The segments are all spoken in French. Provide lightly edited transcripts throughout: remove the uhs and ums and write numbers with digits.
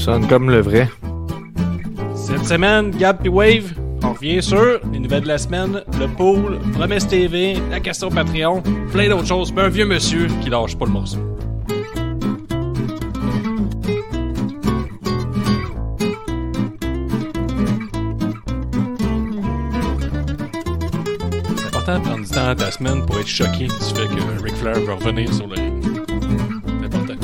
sonne comme le vrai. Cette semaine, Gab et Wave, on revient sur les nouvelles de la semaine, le pool, Promesse TV, la question Patreon, plein d'autres choses, mais un vieux monsieur qui lâche pas le morceau. C'est important de prendre du temps dans ta semaine pour être choqué du fait que Ric Flair va revenir sur le ring. C'est important.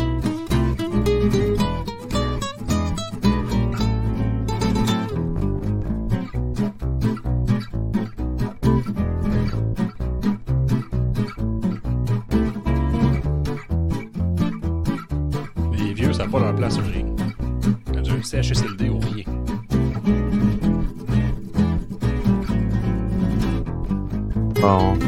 Les vieux, ça n'a pas leur place sur le ring. Quand j'ai un CHSLD ou rien. Bon.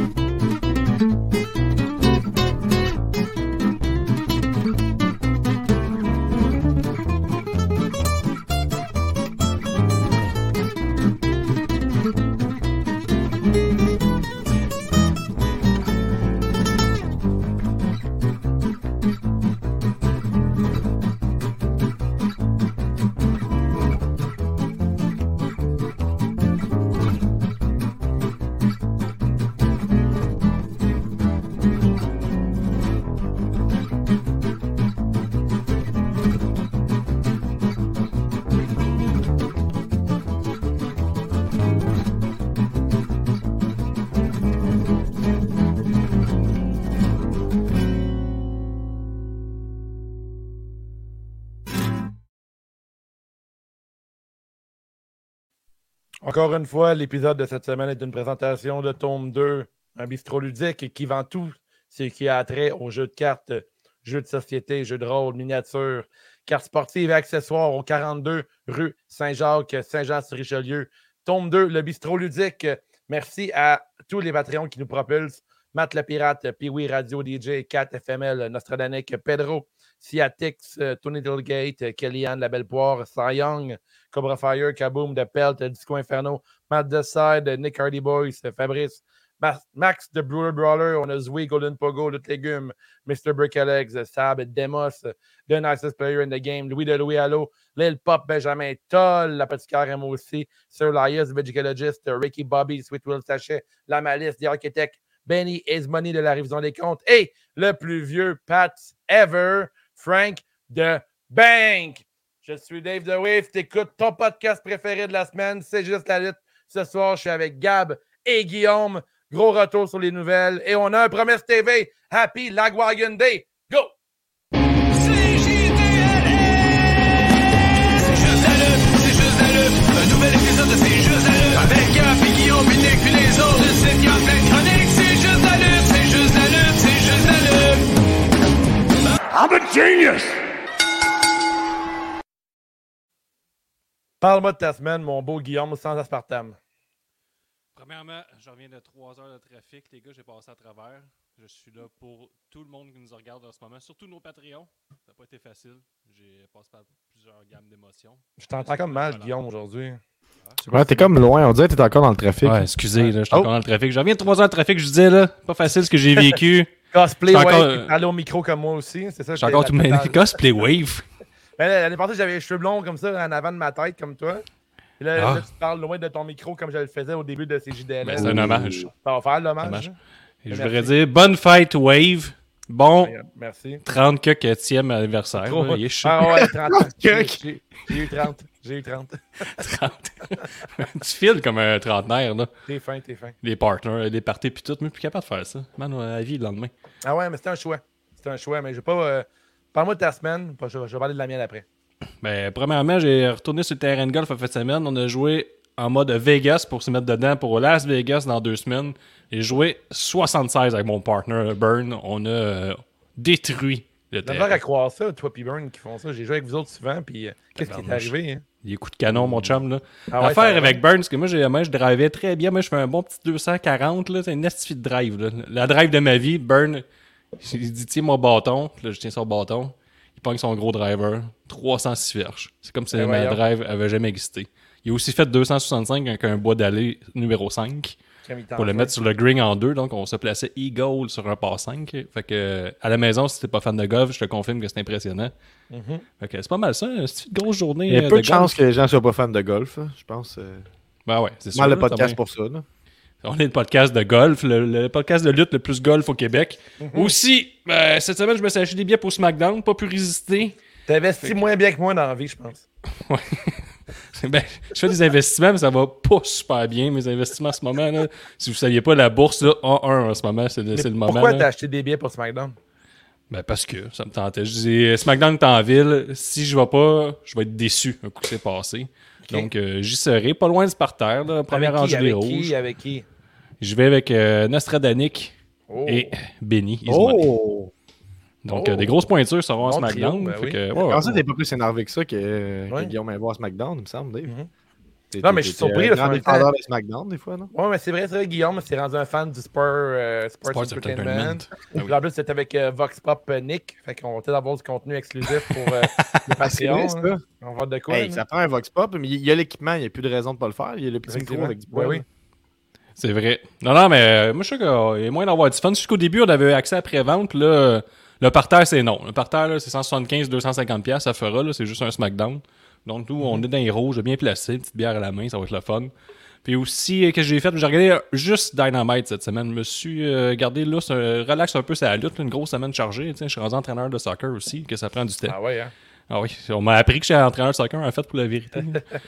Encore une fois, l'épisode de cette semaine est une présentation de Tome 2, un bistrot ludique qui vend tout ce qui a trait aux jeux de cartes, jeux de société, jeux de rôle, miniatures, cartes sportives et accessoires au 42 rue Saint-Jacques, Saint-Jean-sur-Richelieu. Tome 2, le bistrot ludique. Merci à tous les Patreons qui nous propulsent. Matt le Pirate, Pee-Wee Radio DJ, Cat FML, Nostradanic, Pedro, Ciatix, Tony Dillgate, Kellyanne, La Belle Poire, Cy Young, Cobra Fire, Kaboom, The Pelt, Disco Inferno, Matt Decide, Nick Hardy Boys, Fabrice, Max, The Brewer Brawler, on a Zoué, Golden Pogo, Lutte Légumes, Mr. Brickalegs, Sab, Demos, The Nicest Player in the Game, Louis de Louis Allo, Lil Pop, Benjamin Toll, La Petite Carême aussi, Sir Lias, Vegicologist, Ricky Bobby, Sweet Will Sachet, La Malice, The Architect, Benny, Ace Money de la Révision des comptes et le plus vieux Pat ever, Frank de Bank. Je suis Dave The Wave, t'écoutes ton podcast préféré de la semaine, c'est juste la lutte. Ce soir, je suis avec Gab et Guillaume. Gros retour sur les nouvelles et on a un Promesse TV. Happy Lagwagon Day. Go! C'est juste la lutte, un nouvel épisode de C'est juste la lutte. Avec Gab et Guillaume, puis Nick, puis les autres. Le site qui a plein de chroniques. C'est juste la lutte, c'est juste la lutte, c'est juste la lutte. I'm a genius! Parle-moi de ta semaine, mon beau Guillaume, sans aspartame. Premièrement, je reviens de 3 heures de trafic. Les gars, j'ai passé à travers. Je suis là pour tout le monde qui nous regarde en ce moment, surtout nos Patreons. Ça n'a pas été facile. J'ai passé par plusieurs gammes d'émotions. Je t'entends comme mal, Guillaume, aujourd'hui. Ouais, t'es comme loin, on dirait que t'es encore dans le trafic. Ouais, excusez, là, je suis encore dans le trafic. Je reviens de 3 heures de trafic, je disais, là, pas facile ce que j'ai vécu. Cosplay, encore, ouais, parler au micro comme moi aussi, c'est ça. J'ai encore tout mes cosplay wave. Ben, l'année passée, j'avais les cheveux blonds comme ça, en avant de ma tête, comme toi. Et là, là, tu parles loin de ton micro comme je le faisais au début de ces JDL. Ben, c'est un hommage. Ça va faire l'hommage. Et je voudrais dire, bonne fête, Wave. Bon, merci. 34e anniversaire. Là, ah ouais, 30. J'ai eu 30. J'ai eu 30. 30. Tu files comme un trentenaire, là. T'es fin. Les partners, les parties pis tout, mais plus capable de faire ça. Man, on a la vie le lendemain. Ah ouais, mais c'était un choix. Mais je vais pas... Parle-moi de ta semaine, je vais parler de la mienne après. Ben, premièrement, j'ai retourné sur le terrain de golf en fin de semaine. On a joué en mode Vegas pour se mettre dedans pour Las Vegas dans 2 semaines. J'ai joué 76 avec mon partner Burn. On a détruit le terrain. J'ai l'air à croire ça, toi et Burn qui font ça. J'ai joué avec vous autres souvent, puis qu'est-ce qui est arrivé? Hein? Des coups de canon, mon chum, là. Ah ouais, l'affaire avec Burn, c'est que moi, je drivais très bien. Moi, je fais un bon petit 240, là. C'est une astuce de drive, là. La drive de ma vie, Burn, il dit, tiens mon bâton. Puis là, je tiens son bâton. Il pogne son gros driver. 306 verges. C'est comme si ma drive avait jamais existé. Il a aussi fait 265 avec un bois d'allée numéro 5 pour le mettre sur le green en 2. Donc, on se plaçait Eagle sur un par 5. Fait que, à la maison, si t'es pas fan de golf, je te confirme que c'est impressionnant. Fait que c'est pas mal ça. C'est une grosse journée. Il y a peu de chances que les gens soient pas fans de golf, je pense. Ben ouais, c'est sûr. Moi, le podcast pour ça. Là. On est le podcast de golf, le podcast de lutte le plus golf au Québec. Aussi, cette semaine, je me suis acheté des billets pour SmackDown, pas pu résister. T'investis moins bien que moi dans la vie, je pense. Ouais. Ben, je fais des investissements, mais ça va pas super bien, mes investissements en ce moment. Là. Si vous saviez pas, la bourse là, A1 en ce moment, c'est le moment. Pourquoi t'as acheté des billets pour SmackDown? Ben parce que ça me tentait. Je dis SmackDown est en ville. Si je vais pas, je vais être déçu un coup que c'est passé. Okay. Donc j'y serai, pas loin du parterre, là, première rangée des rouges. Avec qui? Je vais avec Nostradanik et Benny. Oh! Donc, des grosses pointures seront à SmackDown. Ben oui. Comment ça, t'es pas plus énervé que ça que Guillaume va à SmackDown, il me semble, Dave? Non, mais je suis surpris. T'es un défenseur de SmackDown, des fois, non? Ouais, mais c'est vrai, Guillaume s'est rendu un fan du Sports Entertainment. En plus, c'était avec Vox Pop Nick. Fait qu'on va peut-être avoir du contenu exclusif pour les Patreons. On va de quoi? Hey, ça prend un Vox Pop, mais il y a l'équipement, il n'y a plus de raison de ne pas le faire. Il y a le petit micro avec du poids. Oui. C'est vrai. Non, mais moi, je sais qu'il y a moyen d'avoir du fun. Jusqu'au début, on avait accès à pré-vente. Là, le parterre, c'est non. Le parterre, là, c'est 175-250$. Ça fera. Là, c'est juste un SmackDown. Donc, nous, on est dans les rouges, bien placé. Une petite bière à la main, ça va être le fun. Puis aussi, qu'est-ce que j'ai fait? J'ai regardé juste Dynamite cette semaine. Je me suis gardé là, relax un peu sa lutte. Une grosse semaine chargée. Je suis rendu entraîneur de soccer aussi, que ça prend du temps. Ah ouais, hein? Ah oui, on m'a appris que j'étais entraîneur de soccer, en fait, pour la vérité.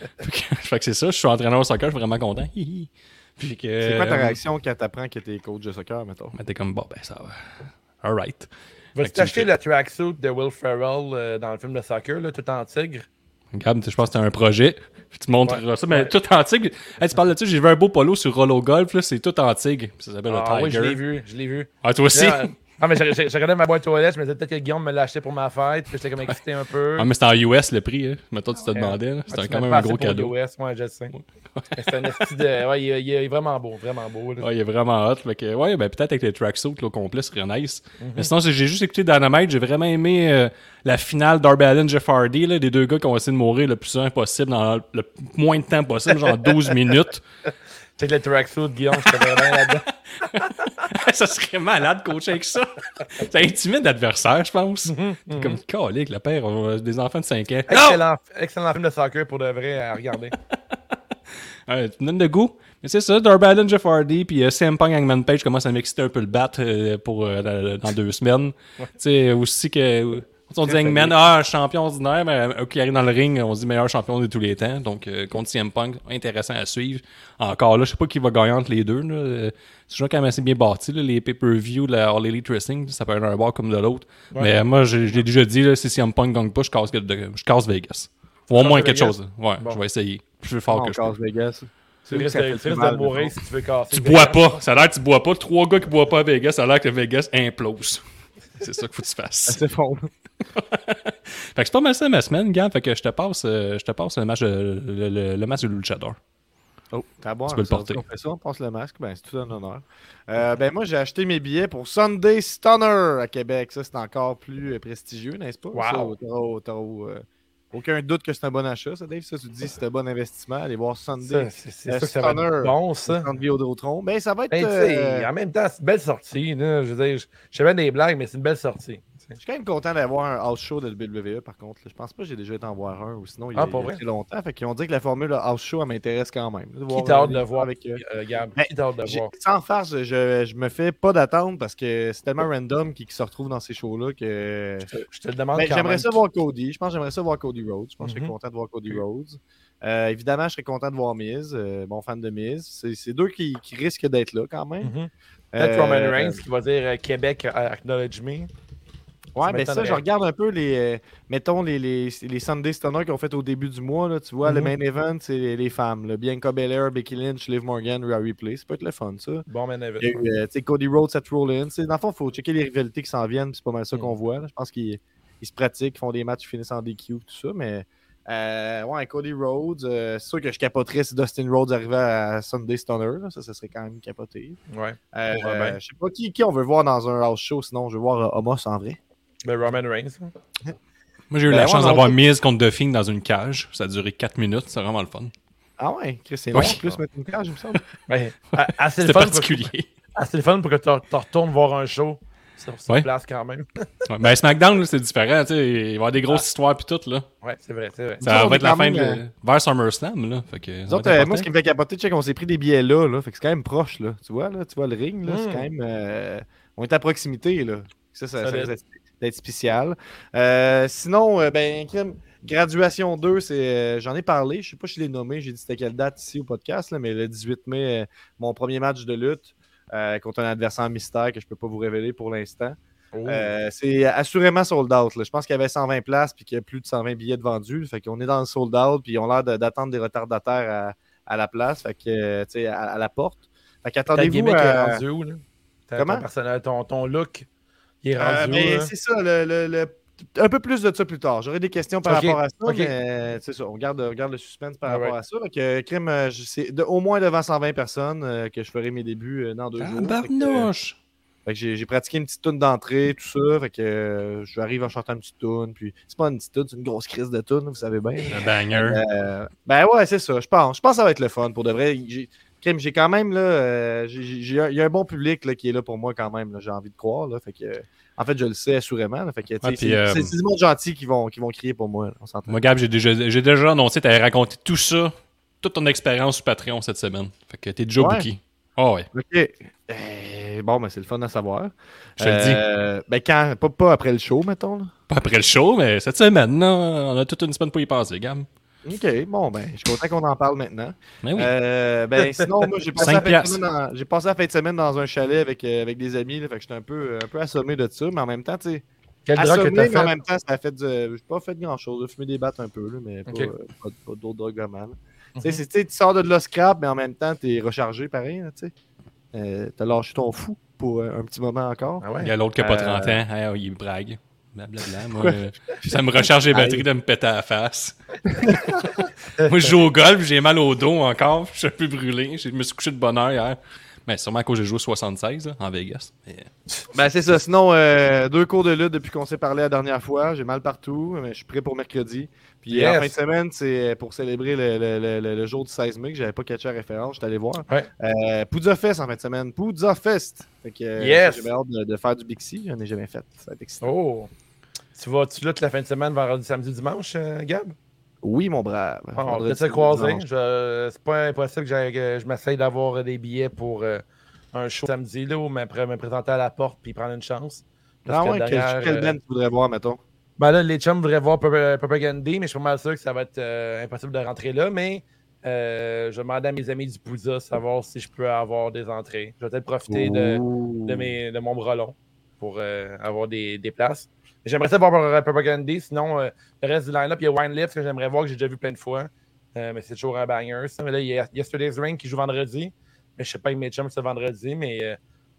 fait que c'est ça, je suis entraîneur de soccer, je suis vraiment content. C'est quoi ta réaction quand t'apprends que t'es coach de soccer, mettons? Mais t'es comme, bon, ben ça va. All right. Vas-tu t'acheter le tracksuit de Will Ferrell dans le film de soccer, là, tout en tigre? Regarde, je pense que c'est un projet. Puis tu montres ça, mais tout en tigre. Hey, tu parles de ça, j'ai vu un beau polo sur Rollo Golf, là, c'est tout en tigre. Ça s'appelle le Tiger. Oui, je l'ai vu. Ah, toi aussi? Ah, mais j'ai regardé ma boîte aux lettres, je me disais peut-être que Guillaume me l'a acheté pour ma fête, puis j'étais comme excité un peu. Ah, mais c'était en US le prix, hein. Mettons, tu te demandais. C'était quand même un gros cadeau. US, moi, je sais. C'est un esti de. Ouais, il est vraiment beau, vraiment beau. Ouais, il est vraiment hot. Fait que, ouais, ben peut-être avec les tracksuits au complet, ce serait nice. Mais sinon, j'ai juste écouté Dynamite, j'ai vraiment aimé la finale Darby Allin, Jeff Hardy, là, des deux gars qui ont essayé de mourir le plus souvent possible dans le moins de temps possible, genre 12 minutes. Check le tracksuit, Guillaume, je te vraiment là-dedans. Ça serait malade de coacher avec ça. Ça intimide l'adversaire, je pense. C'est comme calique, le père, on a des enfants de 5 ans. Excellent film de soccer pour de vrai à regarder. Tu me donnes de goût. Mais c'est ça, Darby Allin, Jeff Hardy, puis CM Punk, Hangman Page commence à m'exciter un peu le bat pour dans 2 semaines. Tu sais, aussi que... On dit Hangman, champion ordinaire, mais qui arrive dans le ring, on dit meilleur champion de tous les temps. Donc, contre CM Punk, intéressant à suivre. Encore là, je sais pas qui va gagner entre les deux. C'est toujours quand même assez bien bâti, là, les pay-per-view, la All Elite Wrestling, ça peut être un bord comme de l'autre. Ouais. Mais moi, je l'ai déjà dit, là, si CM Punk gagne pas, je casse Vegas. Ou au moins quelque chose. Ouais, bon. Je vais essayer. Plus fort que je casse Vegas. C'est risque de mourir si tu veux casser. Tu bois pas. Ça a l'air que tu bois pas. 3 gars qui boivent pas à Vegas, ça a l'air que Vegas implose. C'est ça qu'il faut que tu fasses. C'est fort. Fait que c'est pas mal ça ma semaine, gars. Fait que je te passe le match le match de Luchador. Oh, t'as bon. Tu peux le porter. On fait ça, on passe le masque. Ben, c'est tout un honneur. Moi, j'ai acheté mes billets pour Sunday Stunner à Québec. Ça, c'est encore plus prestigieux, n'est-ce pas? Wow. T'as aucun doute que c'est un bon achat, ça, Dave. Ça, tu te dis c'est un bon investissement. Aller voir Sunday Stunner. Bon, ça. Centre Vidéotron. Ben, ça va être. En même temps, c'est une belle sortie. Là. Je veux dire, je fais bien des blagues, mais c'est une belle sortie. Je suis quand même content d'avoir un house show de WWE, par contre. Je pense pas que j'ai déjà été en voir un, ou sinon il y a très longtemps. Fait qu'ils ont dit que la formule house show, elle m'intéresse quand même. Qui t'a hâte de voir avec Gab? Qui t'a hâte de voir? Sans farce, je me fais pas d'attente parce que c'est tellement random qui se retrouve dans ces shows-là que... Je te le demande quand j'aimerais ça voir Cody. Je pense que j'aimerais ça voir Cody Rhodes. Je pense que je serais content de voir Cody Rhodes. Évidemment, je serais content de voir Miz. Bon fan de Miz. C'est deux qui risquent d'être là quand même. Peut-être Roman Reigns qui va dire Québec acknowledge me. Ouais, ben ça, je regarde un peu les Sunday Stunner qu'ils ont fait au début du mois. Là, tu vois, le main event, c'est les femmes. Là. Bianca Belair, Becky Lynch, Liv Morgan, Rhea Ripley. Ça peut être le fun, ça. Bon main event. Cody Rhodes, Seth Rollins. Dans le fond, il faut checker les rivalités qui s'en viennent. C'est pas mal ça qu'on voit. Là. Je pense qu'ils se pratiquent, font des matchs, finissent en DQ, tout ça. Mais Cody Rhodes, c'est sûr que je capoterais si Dustin Rhodes arrivait à Sunday Stunner. Là. Ça serait quand même capoté. Ouais. Je sais pas qui on veut voir dans un house show. Sinon, je veux voir Omos en vrai. Ben, Roman Reigns. Moi, j'ai eu la chance d'avoir Miz contre The Fiend dans une cage. Ça a duré 4 minutes. C'est vraiment le fun. Ah ouais, Chris, c'est long Oui. en plus mettre une cage, il me semble. Ouais. Assez C'était le fun particulier. assez le fun pour que tu retournes voir un show sur Ouais. place quand même. Ouais, ben SmackDown, là, c'est différent. Tu sais, il va y avoir des grosses histoires puis tout. Là. Ouais, c'est vrai, c'est vrai. Ça on va est être la quand fin même, vers SummerSlam. Là. Fait que, Nous ça va autres, être moi, important. ce qui me fait capoter, check, on s'est pris des billets là, fait que c'est quand même proche, là. Tu vois le ring, là, c'est quand même... on est à proximité, là. Ça Solide. risque d'être spécial. Sinon, ben, crème, Graduation 2, j'en ai parlé, je sais pas si je l'ai nommé, j'ai dit c'était quelle date ici au podcast, là, mais le 18 mai, mon premier match de lutte contre un adversaire mystère que je peux pas vous révéler pour l'instant. Oh. C'est assurément sold out. Là. Je pense qu'il y avait 120 places puis qu'il y a plus de 120 billets de vendus. Fait qu'on est dans le sold out puis ils ont l'air d'attendre des retardataires à la place, fait que, tu sais, à la porte. Fait Ta qu'attendez-vous. gimmick est rendu où, là? Comment? Ton look, il est rendu où, là? C'est ça, un peu plus de ça plus tard. J'aurai des questions par rapport à ça, mais c'est ça, on garde le suspense par rapport à ça. Fait que, crime, c'est au moins devant 120 personnes que je ferai mes débuts dans 2 jours. Barnouche! Fait que j'ai pratiqué une petite toune d'entrée, tout ça. Fait que j'arrive en chantant une petite toune. Puis c'est pas une petite toune, c'est une grosse crise de toune, vous savez bien. Un banger. Ben ouais, c'est ça. Je pense que ça va être le fun pour de vrai. J'ai quand même là. Il y a un bon public là, qui est là pour moi quand même. Là, j'ai envie de croire. Là, fait que, en fait, je le sais assurément. Là, fait que, c'est du monde gentil qui vont crier pour moi. Là, on s'entend. Moi, Gab, j'ai déjà annoncé, tu avais raconté tout ça, toute ton expérience sur Patreon cette semaine. Fait que t'es déjà booké. Oh ouais. OK. Bon, ben c'est le fun à savoir. Je te le dis. Ben quand, pas après le show, mettons. Là. Pas après le show, mais cette semaine, là, on a toute une semaine pour y passer, Gab. OK, bon, ben, je suis content qu'on en parle maintenant. Mais oui. Ben, sinon, moi, j'ai passé la fin de semaine dans un chalet avec des amis, là, fait que j'étais un peu assommé de ça, mais en même temps, tu sais, assommé, mais en même temps, ça a fait j'ai pas fait grand-chose, fumer des battes un peu, là, mais pas d'autres drogues vraiment. Tu sais, tu sors de là scrap, mais en même temps, t'es rechargé pareil, là, tu sais. T'as lâché ton fou pour un petit moment encore. Ah ouais. Il y a l'autre qui a pas 30 ans, hein, il brague. Blablabla. Moi, ça me recharge les batteries de me péter à la face. Moi, je joue au golf, j'ai mal au dos encore, je suis un peu brûlé. Je me suis couché de bonne heure hier. Mais sûrement à cause j'ai joué 76 là, en Vegas. Mais... Ben, c'est ça. Sinon, 2 cours de lutte depuis qu'on s'est parlé la dernière fois. J'ai mal partout, mais je suis prêt pour mercredi. Puis en fin de semaine, c'est pour célébrer le jour du 16 mai que j'avais pas catché la référence. J'étais allé voir. Ouais. Poudza Fest en fin de semaine. Poudza Fest. Fait que j'ai hâte de faire du Bixi. J'en ai jamais fait. Ça va être excitant. Oh! Tu vas-tu lutter la fin de semaine, vendredi, samedi, dimanche, Gab? Oui, mon brave. On peut se croiser. C'est pas impossible que je m'essaye d'avoir des billets pour un show samedi là, ou me présenter à la porte puis prendre une chance. Ah ouais, quel band tu voudrais voir, mettons? Ben là, les chums voudraient voir Propagandhi, mais je suis pas mal sûr que ça va être impossible de rentrer là. Mais je demande à mes amis du Pouza savoir si je peux avoir des entrées. Je vais peut-être profiter de mon brelon pour avoir des places. J'aimerais ça voir Propagandhi, sinon le reste du line-up, il y a Wine Lips que j'aimerais voir, que j'ai déjà vu plein de fois. Mais c'est toujours un banger. Ça. Mais là, il y a Yesterday's Rain qui joue vendredi. Mais je sais pas avec mes chums ce vendredi, mais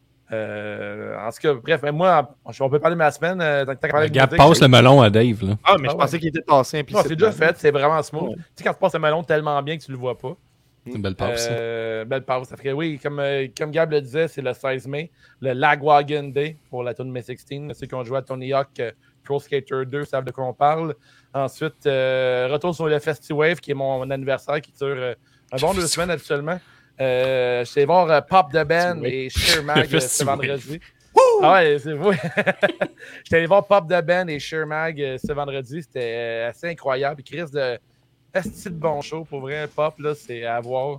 en tout cas, bref, moi, on peut parler de ma semaine. Gab, passe le melon à Dave. Là. Ah, mais je pensais qu'il était passé implicitement. Non, c'est déjà fait, c'est vraiment smooth. Ouais. Tu sais, quand tu passes le melon tellement bien que tu le vois pas. C'est une belle passe. Belle passe. Ça fait que oui, comme Gab le disait, c'est le 16 mai, le Lagwagon Day pour la tournée May 16. Ceux qui ont joué à Tony Hawk Pro Skater 2 savent de quoi on parle. Ensuite, retour sur le FestiWave, qui est mon anniversaire, qui dure un bon 2 semaines habituellement. Je suis allé voir Pop the Band et Sheer Mag ce vendredi. Ah ouais, c'est vrai. Je suis allé voir Pop the Band et Sheer Mag ce vendredi. C'était assez incroyable. Chris de bon show. Pour vrai, Pop, là, c'est à voir.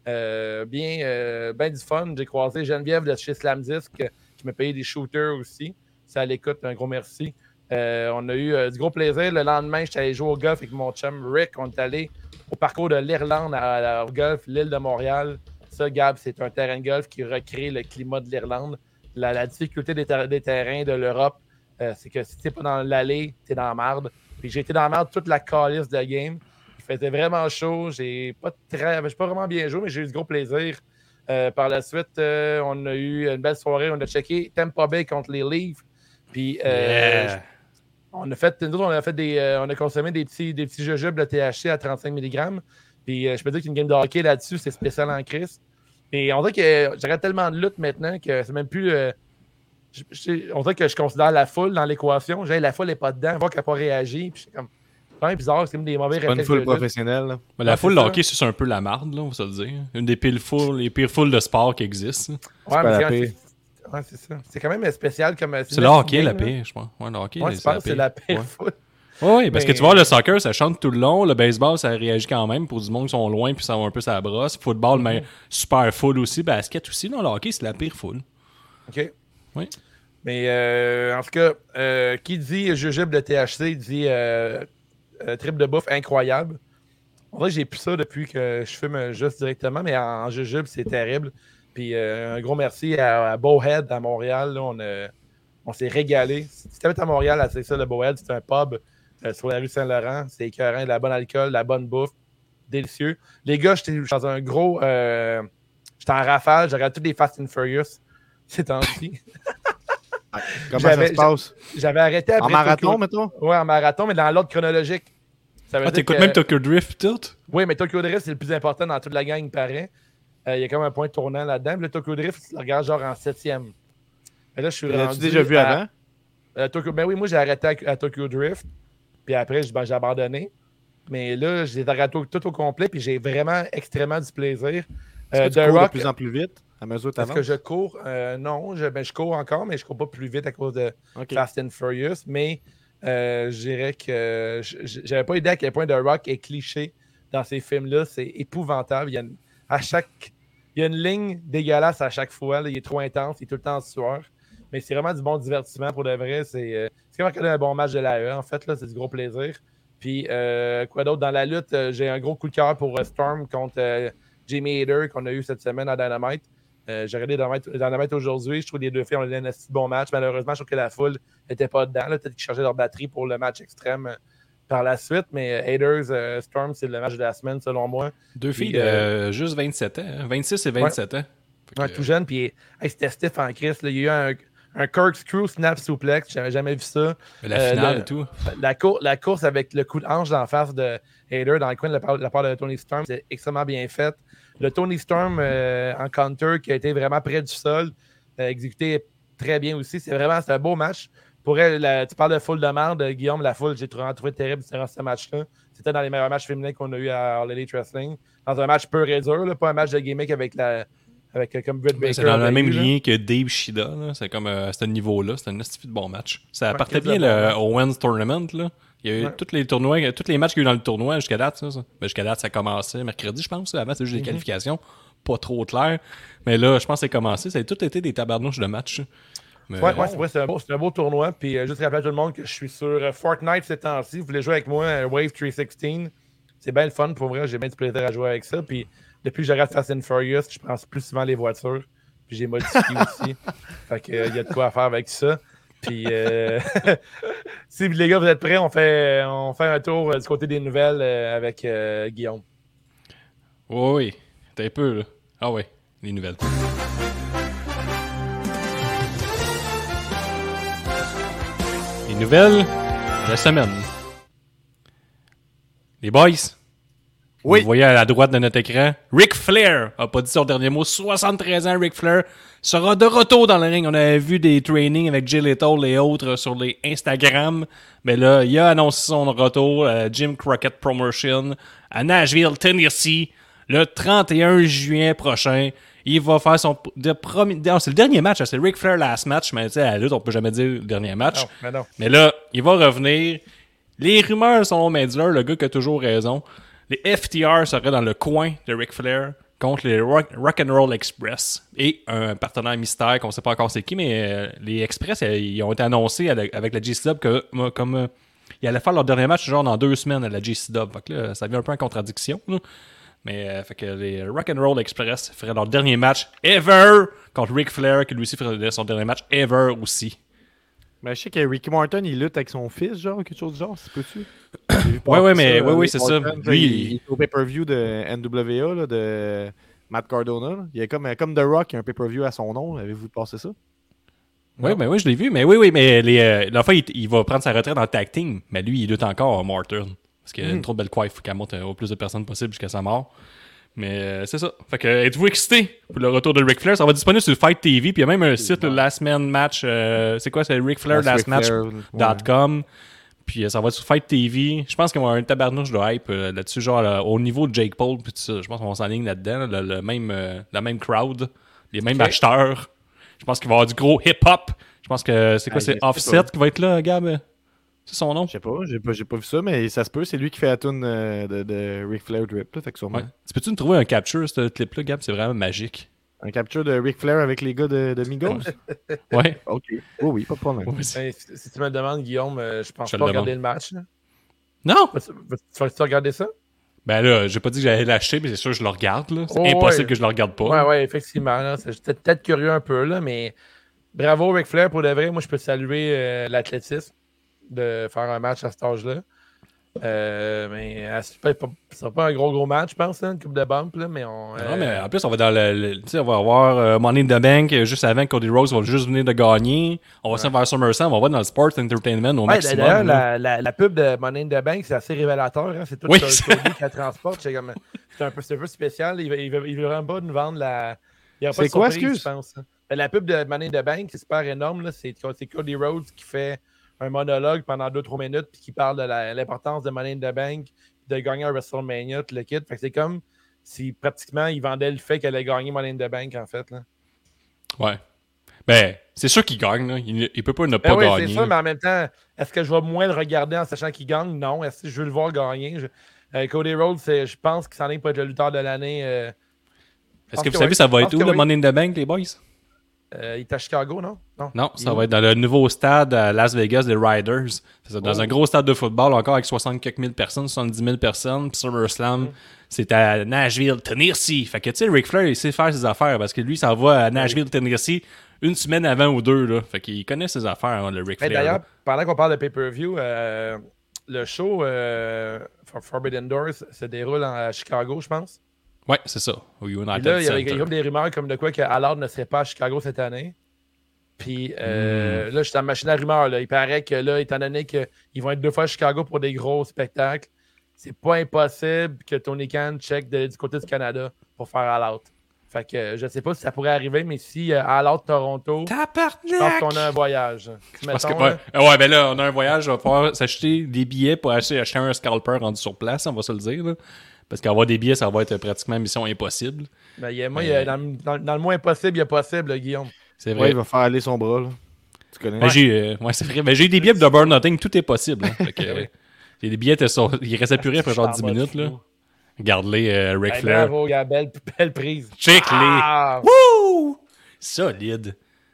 Bien du fun. J'ai croisé Geneviève de chez Slam Disc qui m'a payé des shooters aussi. Ça à l'écoute, un gros merci. On a eu du gros plaisir. Le lendemain, j'étais allé jouer au golf avec mon chum Rick. On est allé au parcours de l'Irlande au golf, l'île de Montréal. Ça, Gab, c'est un terrain de golf qui recrée le climat de l'Irlande. La difficulté des terrains de l'Europe, c'est que si tu n'es pas dans l'allée, tu es dans la marde. Puis j'ai été dans la marde toute la calice de game. Il faisait vraiment chaud. J'ai pas vraiment bien joué, mais j'ai eu du gros plaisir. Par la suite, on a eu une belle soirée. On a checké Tampa Bay contre les Leafs. Puis on a consommé des petits jujubes de THC à 35 mg. Puis je peux dire qu'une game de hockey là-dessus, c'est spécial en crise. Et on dirait que j'arrête tellement de lutte maintenant que c'est même plus. On dirait que je considère la foule dans l'équation. La foule n'est pas dedans, voir qu'elle n'a pas réagi. Puis je suis comme. quand même bizarre, c'est comme des mauvais C'est pas une réflexes. foule de lutte. professionnelle. Là. Mais la Ouais, foule c'est de ça. hockey, c'est un peu la marde, là, on va se le dire. Une des les pires foules de sport qui existent. Ouais, pas mais la c'est pire. ouais, c'est ça. C'est quand même spécial comme. C'est le hockey la pire, je pense. Ouais, le hockey, Ouais, tu penses que c'est la pire foule. Oui, parce que Mais- tu vois, le soccer, ça chante tout le long. Le baseball, ça réagit quand même pour du monde qui sont loin puis ça va un peu sa brosse. Football, mais super full aussi. Basket aussi. Non, le hockey, c'est la pire foule. OK. Oui. Mais en tout cas, qui dit jujube de THC dit trip de bouffe incroyable. En vrai, j'ai plus ça depuis que je fume juste directement, mais en jujube, c'est terrible. Puis un gros merci à Bowhead à Montréal. Là, on s'est régalé. Si tu habites à Montréal, c'est ça, le Bowhead, c'est un pub sur la rue Saint-Laurent. C'est écœurant, de la bonne alcool, de la bonne bouffe. Délicieux. Les gars, j'étais dans un gros. J'étais en rafale, j'ai regardé tous les Fast and Furious ces temps-ci. Comment ça se passe? J'avais arrêté après. En marathon, Tokyo... mettons? Ouais, en marathon, mais dans l'ordre chronologique. Ça veut Ah, dire t'écoutes que- même Tokyo Drift tout? Oui, mais Tokyo Drift, c'est le plus important dans toute la gang, il paraît. Il y a comme un point tournant là-dedans. Puis le Tokyo Drift, tu le regardes genre en 7e. Et là, je suis L'as-tu rendu déjà vu à- avant? Ben oui, moi, j'ai arrêté à Tokyo Drift. Puis après, j'ai abandonné. Mais là, j'ai regardé tout au complet. Puis j'ai vraiment extrêmement du plaisir. Est-ce que The tu cours Rock, de plus en plus vite à mesure que est-ce que t'avances? je cours? Non, je cours encore, mais je cours pas plus vite à cause de Ok. Fast and Furious. Mais je dirais que j'avais pas idée à quel point The Rock est cliché dans ces films-là. C'est épouvantable. Il y a une ligne dégueulasse à chaque fois. Là. Il est trop intense. Il est tout le temps en sueur. Mais c'est vraiment du bon divertissement pour de vrai. C'est comme regarder un bon match de l'AE. En fait, là, c'est du gros plaisir. Puis, quoi d'autre? Dans la lutte, j'ai un gros coup de cœur pour Storm contre Jamie Hayter qu'on a eu cette semaine à Dynamite. J'ai regardé Dynamite aujourd'hui. Je trouve que les deux filles ont donné un assez bon match. Malheureusement, je trouve que la foule n'était pas dedans. Là. Peut-être qu'ils chargeaient leur batterie pour le match extrême par la suite. Mais Hayters, Storm, c'est le match de la semaine, selon moi. Deux filles Puis, de juste 27 ans. Hein? 26 et 27 ans. Fait Ouais, que, tout jeune. Puis, c'était stiff en Christ. Là. Il y a eu un corkscrew snap suplex. J'avais jamais vu ça. la finale le- et tout. La course avec le coup de hanche d'en face de Hayter dans le coin de la part de Tony Storm, c'est extrêmement bien fait. Le Tony Storm en counter qui a été vraiment près du sol, exécuté très bien aussi. C'est un beau match. Pour elle, tu parles de foule de merde, Guillaume, la foule, j'ai trouvé terrible durant ce match-là. C'était dans les meilleurs matchs féminins qu'on a eu à All Elite Wrestling. Dans un match pur et dur, là, pas un match de gimmick avec comme Britt Baker. C'est dans la avait même eu, là. ligne que Dave Shida. là. C'est comme à ce niveau-là. C'est un estifi de bon match. Ça Ouais, partait quel bien de bon le match. Owens Tournament. Là. Il y a eu Ouais. tous les tournois, tous les matchs qu'il y a eu dans le tournoi jusqu'à date. Ça. Ben, jusqu'à date, ça a commencé mercredi, je pense. Avant, c'était juste des qualifications. Pas trop clair. Mais là, je pense que c'est commencé. Ça a tout été des tabarnouches de matchs. Mais, Ouais, c'est un beau tournoi. Puis juste rappeler à tout le monde que je suis sur Fortnite ces temps-ci. Vous voulez jouer avec moi, Wave 316. C'est bien le fun pour vrai. J'ai bien du plaisir à jouer avec ça. Puis depuis que je regarde Fast and Furious, je prends plus souvent les voitures. Puis j'ai modifié aussi. Fait que il y a de quoi faire avec ça. Puis si les gars vous êtes prêts, on fait un tour du côté des nouvelles avec Guillaume. oui. T'as un peu, là. Ah ouais, les nouvelles. Les nouvelles de la semaine. Les boys. Oui. Vous voyez à la droite de notre écran, Ric Flair a pas dit son dernier mot. 73 ans, Ric Flair sera de retour dans le ring. On avait vu des trainings avec Jay Lethal et autres sur les Instagram. Mais là, il a annoncé son retour à Jim Crockett Promotion à Nashville, Tennessee, le 31 juin prochain. Il va faire son premier... Non, c'est le dernier match. Hein, c'est Ric Flair last match. Mais tu sais, à la lutte, on peut jamais dire le dernier match. Non, mais non. Mais là, il va revenir. Les rumeurs sont Medler, le gars qui a toujours raison. Les FTR seraient dans le coin de Ric Flair contre les Rock'n'Roll Express et un partenaire mystère qu'on ne sait pas encore c'est qui, mais les Express, ils ont été annoncés avec la GCW comme ils allaient faire leur dernier match genre dans 2 semaines à la GCW. Fait que là, ça vient un peu en contradiction. Là. Mais fait que les Rock'n'Roll Express feraient leur dernier match ever contre Ric Flair, qui lui aussi ferait son dernier match ever aussi. Mais je sais que Ricky Morton, il lutte avec son fils, genre, quelque chose du genre, c'est peux-tu? Oui, c'est ça. Lui, il est au pay-per-view de NWA, là, de Matt Cardona. Là. Il y a comme The Rock, il y a un pay-per-view à son nom. Avez-vous passé ça? Oui, je l'ai vu. Mais oui, mais la fois, il va prendre sa retraite dans le tag team. Mais lui, il lutte encore Morton. Parce qu'il a une trop belle coiffe. Il faut qu'elle monte au plus de personnes possible jusqu'à sa mort. Mais c'est ça. Fait que êtes-vous excité pour le retour de Ric Flair? Ça va être disponible sur Fight TV. Puis il y a même un site, le Last Man Match. C'est quoi? C'est Ric Flair Last Match.com. Puis ça va être sur Fight TV. Je pense qu'il va y avoir un tabarnouche de hype là-dessus, genre au niveau de Jake Paul. Puis tout ça. Je pense qu'on s'enligne là-dedans. Le même, la même crowd, les mêmes acheteurs. Je pense qu'il va y avoir du gros hip-hop. Je pense que c'est quoi, c'est Offset qui va être là, Gab? C'est son nom? Je sais pas, j'ai pas vu ça, mais ça se peut. C'est lui qui fait la tune de Ric Flair Drip, là, fait que sûrement. Ouais. Tu peux-tu nous trouver un capture, ce clip-là, Gab? C'est vraiment magique. Un capture de Ric Flair avec les gars de Migos? Ouais. Ok. Oui, pas de problème. Ouais, Si tu me le demandes, Guillaume, je pense Je pas le regarder le match. Là. Non! Tu vas regarder ça? Ben là, j'ai pas dit que j'allais l'acheter, mais c'est sûr que je le regarde. Là. C'est impossible que je le regarde pas. Ouais, effectivement. Là, j'étais peut-être curieux un peu, là, mais bravo Ric Flair pour de vrai. Moi, je peux saluer l'athlétisme de faire un match à cet âge-là. Mais ça sera pas un gros match, je pense, hein, une coupe de bump, là, mais on... Non, mais en plus, on va dans tu sais, on va avoir Money in the Bank juste avant que Cody Rhodes va juste venir de gagner. On va se faire SummerSlam, on va dans le Sport Entertainment au maximum. D'ailleurs, la pub de Money in the Bank, c'est assez révélateur. Hein, c'est tout oui, Cody qui la transporte. C'est un peu spécial. Il veut vraiment pas nous vendre la... C'est quoi, excuse? Je pense. La pub de Money in the Bank, c'est super énorme. Là. C'est Cody Rhodes qui fait un monologue pendant 2-3 minutes puis qui parle de l'importance de Money in the Bank, de gagner un WrestleMania, tout le kit. Fait que c'est comme si pratiquement il vendait le fait qu'elle allait gagner Money in the Bank, en fait. Là. Ouais. Ben, c'est sûr qu'il gagne. Là. Il peut pas ne pas gagner. Oui, c'est ça, mais en même temps, est-ce que je vais moins le regarder en sachant qu'il gagne? Non. Est-ce que je veux le voir gagner? Cody Rhodes, je pense qu'il s'en est pas être le lutteur de l'année. Est-ce que vous savez ça va être où, le Money in the Bank, les boys? Il est à Chicago, non? Non, ça va être dans le nouveau stade à Las Vegas des Riders. C'est dans un gros stade de football, encore avec 60 quelques mille personnes, 70 000 personnes. Puis SummerSlam, c'est à Nashville, Tennessee. Fait que, tu sais, Ric Flair, il sait faire ses affaires parce que lui, ça va à Nashville, Tennessee, une semaine avant ou deux. Là. Fait qu'il connaît ses affaires, hein, le Ric Flair. D'ailleurs, pendant qu'on parle de pay-per-view, le show Forbidden Doors se déroule à Chicago, je pense. Ouais, c'est ça. Au United là, il y Center. a des rumeurs comme de quoi que Allard ne serait pas à Chicago cette année. Puis là, je suis en machine à rumeurs. Là. Il paraît que là, étant donné qu'ils vont être 2 fois à Chicago pour des gros spectacles, c'est pas impossible que Tony Khan check du côté du Canada pour faire All-Out. Fait que je sais pas si ça pourrait arriver, mais si All-Out Toronto, je pense qu'on a un voyage. Parce que, ouais, ben là, on a un voyage, on va pouvoir s'acheter des billets pour acheter un scalper rendu sur place, on va se le dire. Là. Parce qu'avoir des billets, ça va être pratiquement mission impossible. Ben, dans le moins impossible, il y a possible, là, Guillaume. C'est vrai. Ouais, il va faire aller son bras. Là. Tu connais? Ouais, c'est vrai. Ben, j'ai eu des billets de Burn Nothing, tout est possible. Hein. J'ai des billets, il restait plus rien après genre 10 minutes. Là. Regarde-les, Ric Flair. Bravo, belle prise. Check-les. Wouh! Solide.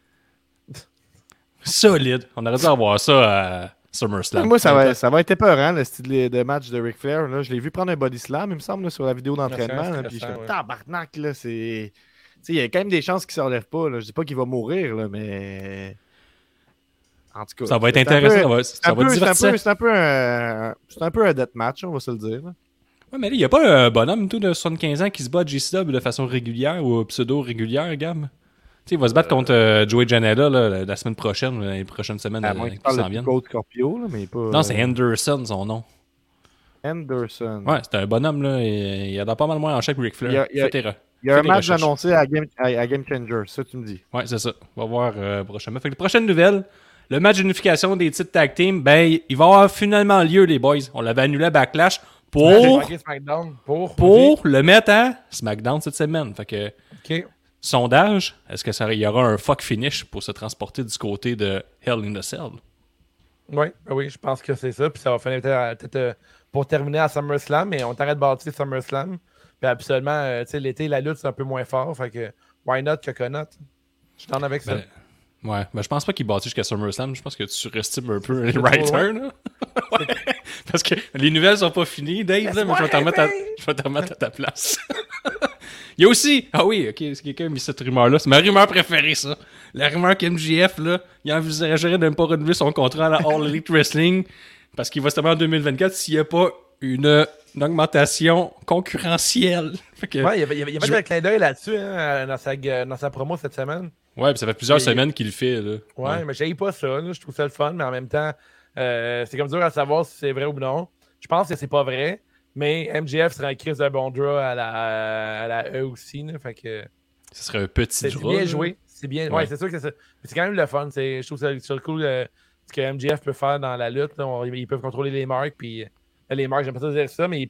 Solide. On aurait dû avoir ça à SummerSlam. Moi, ça va être épeurant, le style de match de Ric Flair. Là. Je l'ai vu prendre un body slam, il me semble, là, sur la vidéo d'entraînement. Puis je suis tabarnak, là, c'est... Il y a quand même des chances qu'il ne se relève pas. Là. Je dis pas qu'il va mourir, là, mais... En tout cas... Ça va être intéressant. Ça va être divertissant. C'est un peu un deathmatch, on va se le dire. Là. Ouais, mais là, il n'y a pas un bonhomme tout de 75 ans qui se bat à JCW de façon régulière ou pseudo-régulière, Gab? Il va se battre contre Joey Janela là, la semaine prochaine, les prochaines semaines qui s'en viennent. Code Scorpio, là, mais pas... Non, c'est Henderson, son nom. Henderson. Ouais, c'est un bonhomme, là. Il a pas mal moins en chèque Ric Flair. Il y a un match annoncé à Game Changer, ça tu me dis. Ouais, c'est ça. On va voir prochainement. Fait que les prochaines nouvelles, le match d'unification des titres tag team, ben, il va avoir finalement lieu, les boys. On l'avait annulé à Backlash pour le mettre à SmackDown cette semaine. Fait que... OK. Sondage, est-ce qu'il y aura un fuck finish pour se transporter du côté de Hell in a Cell? Oui, je pense que c'est ça. Puis ça va finir peut-être pour terminer à SummerSlam, mais on t'arrête de bâtir SummerSlam. Puis absolument, l'été, la lutte, c'est un peu moins fort. Fait que, why not Coconut? Je t'en avec ça. Ouais, mais je pense pas qu'il bâtit jusqu'à SummerSlam. Je pense que tu surestimes un peu les writers. Là. Ouais. Parce que les nouvelles sont pas finies, Dave, là, mais je vais te remettre à ta place. Il y a aussi... Ah oui, ok, est-ce que quelqu'un a mis cette rumeur-là? C'est ma rumeur préférée, ça. La rumeur qu'MJF, là, il envisagerait de ne pas renouveler son contrat à la All Elite Wrestling parce qu'il va se terminer en 2024 s'il n'y a pas une augmentation concurrentielle. Il y avait un clin d'œil là-dessus hein, dans sa promo cette semaine. Ouais, puis ça fait plusieurs semaines qu'il le fait. Là. Ouais, mais j'aille pas ça. Là. Je trouve ça le fun, mais en même temps, c'est comme dur à savoir si c'est vrai ou non. Je pense que c'est pas vrai. Mais MJF serait un crise de bon draw à la E aussi. Là, fait que, ce serait un petit draw. C'est bien joué. C'est bien. Ouais, c'est sûr que c'est quand même le fun. Je trouve ça cool ce que MJF peut faire dans la lutte. Là, ils peuvent contrôler les marques. Puis les marques, j'aime pas ça dire ça, mais il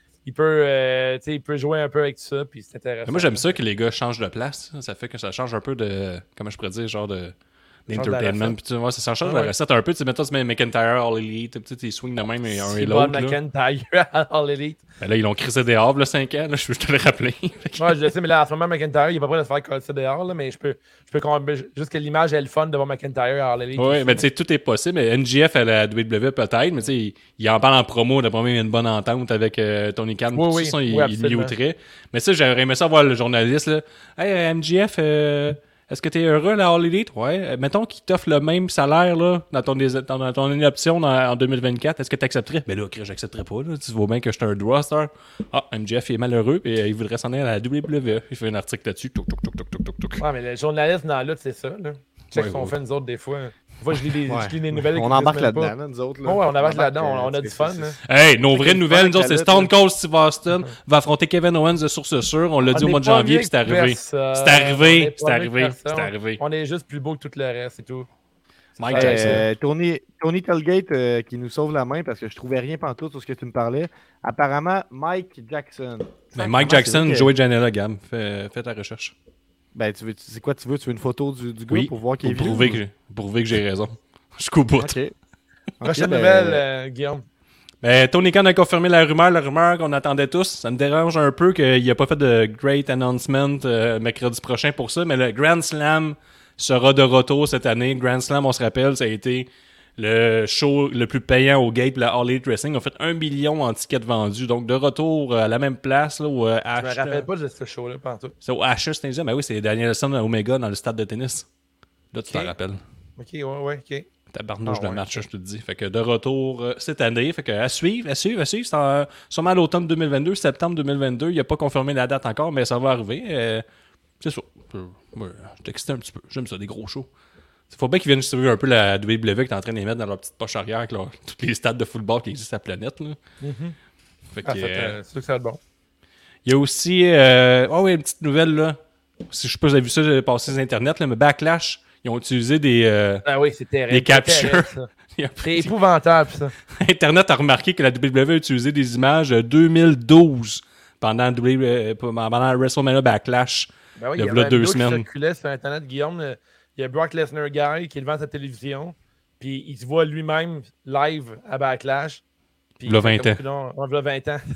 peut jouer un peu avec ça. Puis c'est intéressant. Mais moi, j'aime ça que les gars changent de place. Ça fait que ça change un peu de. Comment je pourrais dire, genre de. L'entertainment, puis tu vois, ça change la recette un peu. Tu sais, mettons, tu mets McIntyre, All Elite, tu swings de même et un et l'autre. McIntyre, All Elite. Ben là, ils l'ont crissé dehors, là, 5 ans, là, je te le rappeler. Ouais, je le sais, mais là, en ce moment, McIntyre, il est pas prêt de se faire casser dehors, là, mais je peux juste que l'image est le fun de voir McIntyre, All Elite. Oui, mais tu sais, tout est possible. Mais NGF à la WWE, peut-être, mais tu sais, il en parle en promo. D'après moi, il y a une bonne entente avec Tony Khan. Oui, il l'outrait. Mais ça, j'aurais aimé ça voir le journaliste, là. Hey, MGF, est-ce que tu es heureux à la All Elite? Ouais. Mettons qu'il t'offre le même salaire là, dans ton option en 2024. Est-ce que tu accepterais? Ben là, j'accepterais pas. Là. Tu vois bien que je suis un draw star. Ah, MJF il est malheureux et il voudrait s'en aller à la WWE. Il fait un article là-dessus. Ouais, mais le journaliste dans la lutte, c'est ça. Là. Check ce qu'on fait nous autres des fois. Des fois, je lis des nouvelles. On embarque là-dedans, là, nous autres. Là. Ouais, on embarque là-dedans. On a du fun. Hey, nos vraies nouvelles, nous autres, c'est Stone Cold Steve Austin va affronter Kevin Owens de source sûre. On l'a dit au mois de janvier, puis c'est arrivé. C'est arrivé. On est juste plus beau que tout le reste, c'est tout. Mike Jackson. Tony Telgate qui nous sauve la main parce que je trouvais rien pantoute sur ce que tu me parlais. Apparemment, Mike Jackson. Ben, Mike Jackson, Joey Janela, Gam. Fais ta recherche. Ben, c'est quoi tu veux? Tu veux une photo du gars pour voir qu'il est vieux? Pour prouver que j'ai raison. Je coupe bout. OK. Prochaine nouvelle, Guillaume. Ben, Tony Khan a confirmé la rumeur qu'on attendait tous. Ça me dérange un peu qu'il n'ait pas fait de great announcement mercredi prochain pour ça, mais le Grand Slam sera de retour cette année. Grand Slam, on se rappelle, ça a été le show le plus payant au gate, la All Elite Wrestling. On a fait 1 million en tickets vendus. Donc, de retour à la même place, là, où je me rappelle pas de ce show-là, pas en tout. C'est au Ashes, ben oui, c'est Danielson Omega dans le stade de tennis. Là, tu t'en rappelles. OK, ouais, OK. Tabarnouche de match, je te le dis. Fait que de retour cette année. Fait que à suivre. C'est sûrement à l'automne 2022, septembre 2022. Il n'a pas confirmé la date encore, mais ça va arriver. C'est ça. Je suis excité un petit peu. J'aime ça, des gros shows. Il faut bien qu'ils viennent distribuer un peu la WWE qui est en train de les mettre dans leur petite poche arrière avec tous les stades de football qui existent sur la planète. Là. Fait que, c'est sûr que ça va être bon. Il y a aussi une petite nouvelle là. Si je sais pas si vous avez vu ça, j'ai passé sur Internet, là, mais Backlash, ils ont utilisé des c'est terrible. des captures. C'est épouvantable, ça. Internet a remarqué que la WWE a utilisé des images de 2012 pendant WrestleMania Backlash. Ben oui, il y a 2 semaines. Qui circulait sur Internet, Guillaume. Il y a Brock Lesnar Guy qui est devant sa télévision, puis il se voit lui-même live à Backlash. Il y a 20 ans. Il y a 20 ans.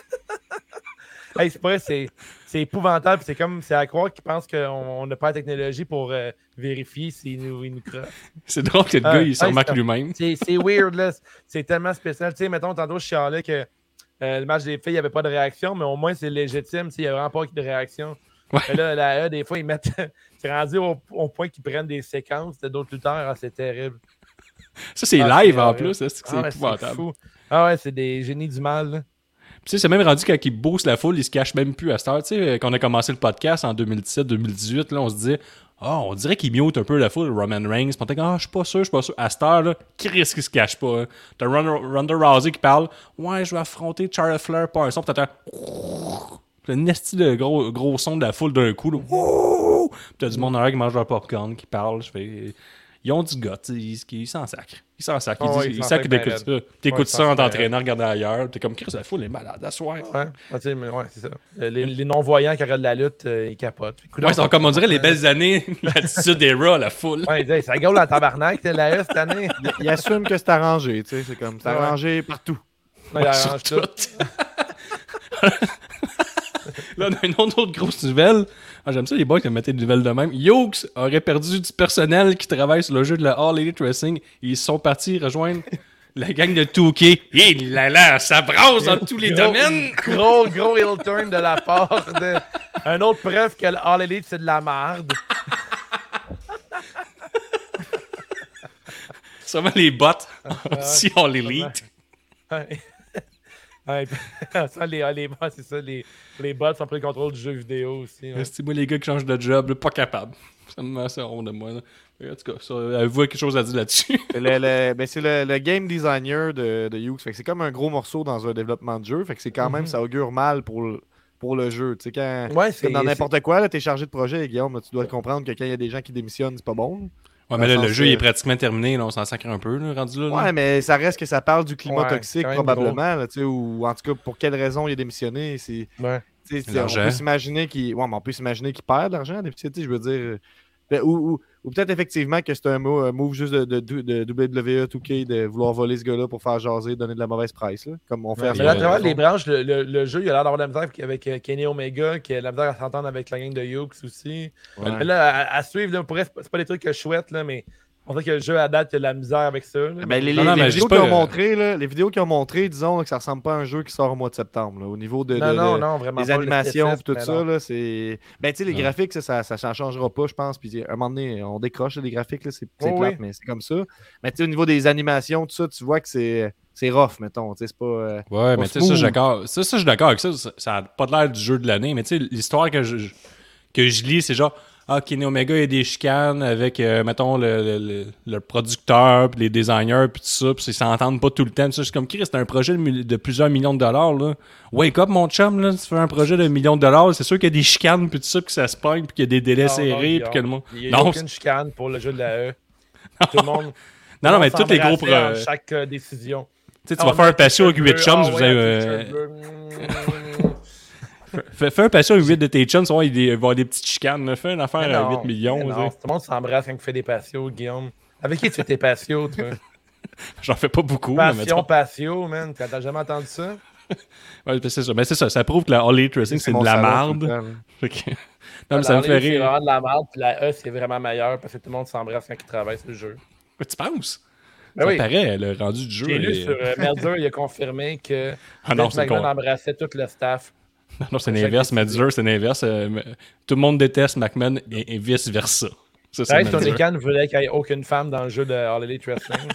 Hey, c'est pas vrai, c'est épouvantable. C'est à croire qu'ils pensent qu'on n'a pas la technologie pour vérifier s'ils nous croient. C'est drôle que le gars, il se remarque lui-même. C'est weird, là. C'est tellement spécial. Tu sais, mettons, tantôt, je chialais que le match des filles, il n'y avait pas de réaction, mais au moins, c'est légitime. Il n'y a vraiment pas de réaction. Ouais. Là, la des fois, ils mettent. C'est rendu au point qu'ils prennent des séquences de d'autres lutteurs. C'est terrible. Ça, c'est live en plus. C'est épouvantable. C'est fou. Ah ouais, c'est des génies du mal. Là. Tu sais, c'est même rendu quand ils boostent la foule, ils se cachent même plus à cette heure. Tu sais, quand on a commencé le podcast en 2017-2018, là, on se disait, on dirait qu'ils mutent un peu la foule, Roman Reigns. Puis on était je suis pas sûr. À cette heure, là, Chris qui se cache pas. Hein. T'as Ronda Rousey qui parle, ouais, je vais affronter Charlotte Flair par un son. Puis t'as le nesti de gros son de la foule d'un coup. Là. Puis t'as du monde en qui mange leur popcorn, qui parle. Ils ont du goût, ils s'en sacrent. Ils s'en sacrent. Ils sacrent d'écouter ça. T'écoutes ça en t'entraînant, regarder ailleurs. T'es comme, Chris, la foule est malade à soir. Ouais, c'est ça. Les non-voyants qui regardent la lutte, ils capotent. Ouais, c'est comme on dirait les belles années, l'attitude des Raw, la foule. Ouais, ça gueule en tabarnak, la E cette année. Il assume que c'est arrangé, tu sais. C'est comme, c'est arrangé partout. Ouais, il arrange tout. Là, on a une autre grosse nouvelle. J'aime ça, les boys qui mettaient des nouvelles de même. Yokes aurait perdu du personnel qui travaille sur le jeu de la All Elite Wrestling. Ils sont partis rejoindre la gang de 2K. Et là, ça brasse dans tous les domaines. Gros heel turn de la part de... Un autre preuve que le All Elite, c'est de la merde. Sûrement les bots si All Elite. Ouais, ça, c'est ça, les bots sont pris le contrôle du jeu vidéo aussi. Ouais. C'est moi les gars qui changent de job, là, pas capable. Ça me met assez rond de moi. Là. En tout cas, avez-vous quelque chose à dire là-dessus? C'est le game designer de Hughes. Fait que c'est comme un gros morceau dans un développement de jeu. Fait que c'est quand même, ça augure mal pour le jeu. Tu sais, quand dans n'importe quoi, t'es chargé de projet, Guillaume, tu dois comprendre que quand il y a des gens qui démissionnent, c'est pas bon. Ouais, mais là, le jeu il est pratiquement terminé, là, on s'en sacre un peu, là, rendu là. Ouais, mais ça reste que ça parle du climat toxique, quand même probablement, là, ou en tout cas, pour quelle raison il a démissionné. Ouais. On peut s'imaginer qu'il perd de l'argent. Je veux dire. Ou peut-être effectivement que c'est un move juste de WWE 2K de vouloir voler ce gars-là pour faire jaser, donner de la mauvaise presse. Là, comme on fait mais à travers les branches, le jeu, il a l'air d'avoir de la misère avec Kenny Omega, qui a de la misère à s'entendre avec la gang de Hughes aussi. Ouais. Mais là, à suivre, là, c'est pas des trucs que je souhaite, là, mais on dirait que le jeu à date, il y a de la misère avec ça. Là. Les vidéos qu'ils ont montrées, disons là, que ça ressemble pas à un jeu qui sort au mois de septembre. Là, au niveau de vraiment des animations et tout ça, là, c'est. Ben, tu sais, les Ouais. graphiques, ça changera pas, je pense. Puis à un moment donné, on décroche les graphiques, là, c'est plate, oui. mais c'est comme ça. Mais tu sais, au niveau des animations, tout ça, tu vois que c'est rough, mettons. C'est pas. Ouais, mais tu sais, ça, je suis d'accord. Ça, je suis d'accord avec ça. Ça a pas l'air du jeu de l'année, mais tu sais, l'histoire que je lis, c'est genre. Ah, Kenny Omega, il y a des chicanes avec, mettons, le producteur, puis les designers, puis tout ça, puis ils s'entendent pas tout le temps. C'est comme, Chris, c'est un projet de plusieurs millions de dollars, là. Wake up, mon chum, là, tu fais un projet de millions de dollars, c'est sûr qu'il y a des chicanes, puis tout ça, puis que ça se pogne, puis qu'il y a des délais serrés, puis que le monde... Il y a aucune chicane pour le jeu de la E. Tout le monde... Non, mais tous les gros... chaque décision. Tu sais, tu vas faire un patio avec 8 chums, vous avez... Fais un patio avec 8 de tes chums, il va y avoir des petites chicanes. Là. Fais une affaire à 8 millions. Non, tout le monde s'embrasse quand tu fais des patios, Guillaume. Avec qui tu fais tes patios, toi? J'en fais pas beaucoup. Patio, man. T'as jamais entendu ça? Ouais, c'est ça. Mais c'est ça. Ça prouve que la All Elite Wrestling, c'est de la merde. Non, mais ça me fait rire. C'est vraiment de la merde, puis la E, c'est vraiment meilleur parce que tout le monde s'embrasse quand ils travaillent sur le jeu. Mais tu penses? Ben ça paraît, le rendu du jeu. J'ai lu sur Merzer, il a confirmé que Vince McMahon embrassait tout le staff. Non, c'est l'inverse. Medzer, c'est l'inverse. Tout le monde déteste McMahon et vice-versa. Ça, Tony Khan voulait qu'il n'y ait aucune femme dans le jeu de All Elite Wrestling.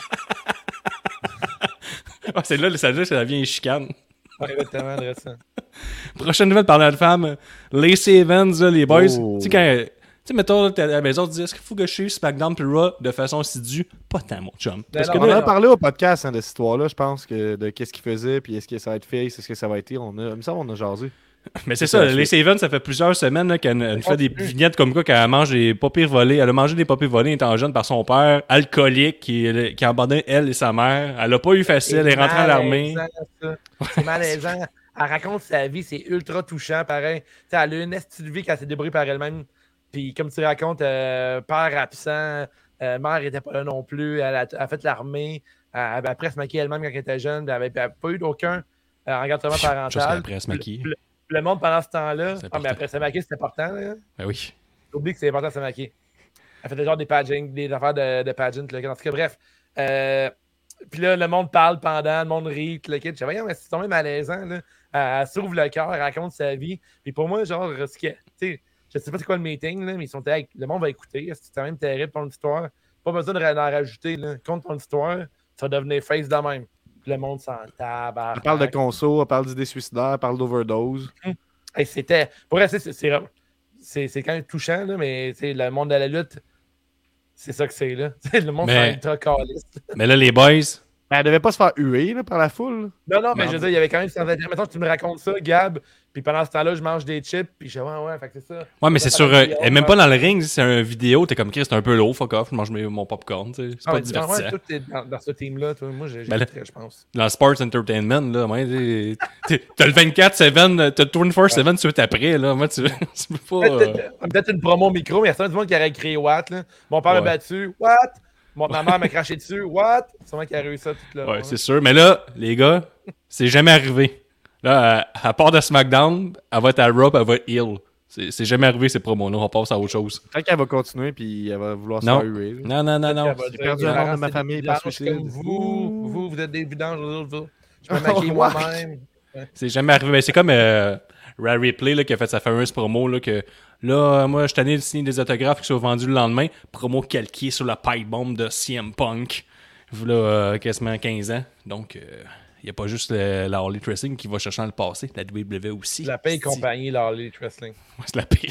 C'est là, ça devient une chicane. Ouais, exactement, ça. Prochaine nouvelle parlant de femmes, Lacey Evans, là, les boys. Tu sais, quand. Tu sais, mettons, à la maison, tu dis, est-ce qu'il faut que je suive SmackDown puis Raw de façon assidue? Pas tant, mon chum. Parce qu'on a parlé au podcast de cette histoire-là, je pense, de qu'est-ce qu'il faisait, puis est-ce que ça va être face, est-ce que ça va être... On a jasé. Mais c'est ça, Lacey Evans, ça fait plusieurs semaines qu'elle fait des vignettes comme quoi qu'elle mange des papiers volés. Elle a mangé des papiers volés étant jeune par son père, alcoolique, qui a abandonné elle et sa mère. Elle a pas eu facile, elle est rentrée à l'armée. C'est malaisant. Elle raconte sa vie, c'est ultra touchant, pareil. T'sais, elle a eu une estime de vie qu'elle s'est débrouillée par elle-même. Puis comme tu racontes, père absent, mère n'était pas là non plus. Elle a fait l'armée. Elle avait appris à se maquiller elle-même quand elle était jeune. Elle n'avait pas eu d'aucun encadrement parental. Juste après à se maquiller. Le monde pendant ce temps-là. Ah, mais après se maquiller, c'est important. Là. Ben oui. Oublie que c'est important de se maquiller. Elle fait des genres des affaires de pageant. Là. En tout cas, bref. Puis là, le monde parle pendant, le monde rit, le kid. Je dis, voyons, mais c'est tombé malaisant. Là. Elle s'ouvre le cœur, elle raconte sa vie. Puis pour moi, genre, tu sais, je sais pas c'est quoi le meeting, là, mais ils sont hey, le monde va écouter. C'est quand même terrible ton histoire. Pas besoin d'en rajouter. Là. Compte ton histoire, tu vas devenir face de même. Puis le monde s'en tabarnak. Elle parle de conso, elle parle d'idées suicidaires, elle parle d'overdose. Hey, c'était. Pour rester, c'est quand même touchant, là, mais le monde de la lutte, c'est ça que c'est. Là. Le monde s'en ultra caliste. Mais là, les boys. Elle devait pas se faire huer là, par la foule. Non, mais je veux dire, il y avait quand même sans intérêt. Mettons que tu me racontes ça, Gab, puis pendant ce temps-là, je mange des chips, puis je dis, ouais, fait que c'est ça. Ouais, mais c'est sur. Elle est même pas dans le ring, c'est une vidéo, t'es comme Chris, c'est un peu low, fuck off, je mange mon popcorn, tu sais. C'est pas divertissant. Ouais, tout est dans ce team-là, toi. Moi, j'ai je pense. Dans le Sports Entertainment, là, ouais, t'as le 24-7, t'as le 24-7 suite après, là. Moi, tu peux pas. Peut-être une promo micro, mais il y a du monde qui aurait créé Watt, là. Mon père a battu, What? Ma mère m'a craché dessus. What? C'est moi qui a réussi ça tout là. Ouais, c'est sûr. Mais là, les gars, c'est jamais arrivé. Là, à part de SmackDown, elle va être à Raw, elle va être heel. C'est jamais arrivé ces promos-là. On passe à autre chose. Peut-être qu'elle va continuer puis elle va vouloir se faire huer. Non. J'ai perdu un membre de ma famille par suicide. Vous êtes des vidanges, vous. Je me maquille moi-même. C'est jamais arrivé. Mais c'est comme Rare Replay là, qui a fait sa fameuse promo là, que là, moi, je suis tanné de signer des autographes qui sont vendus le lendemain. Promo calquée sur la pipe bomb de CM Punk. Voilà, quasiment 15 ans. Donc, il n'y a pas juste la All Elite Wrestling qui va chercher dans le passé. La WWE aussi. La paye compagnie, la All Elite Wrestling. Ouais, c'est la pire.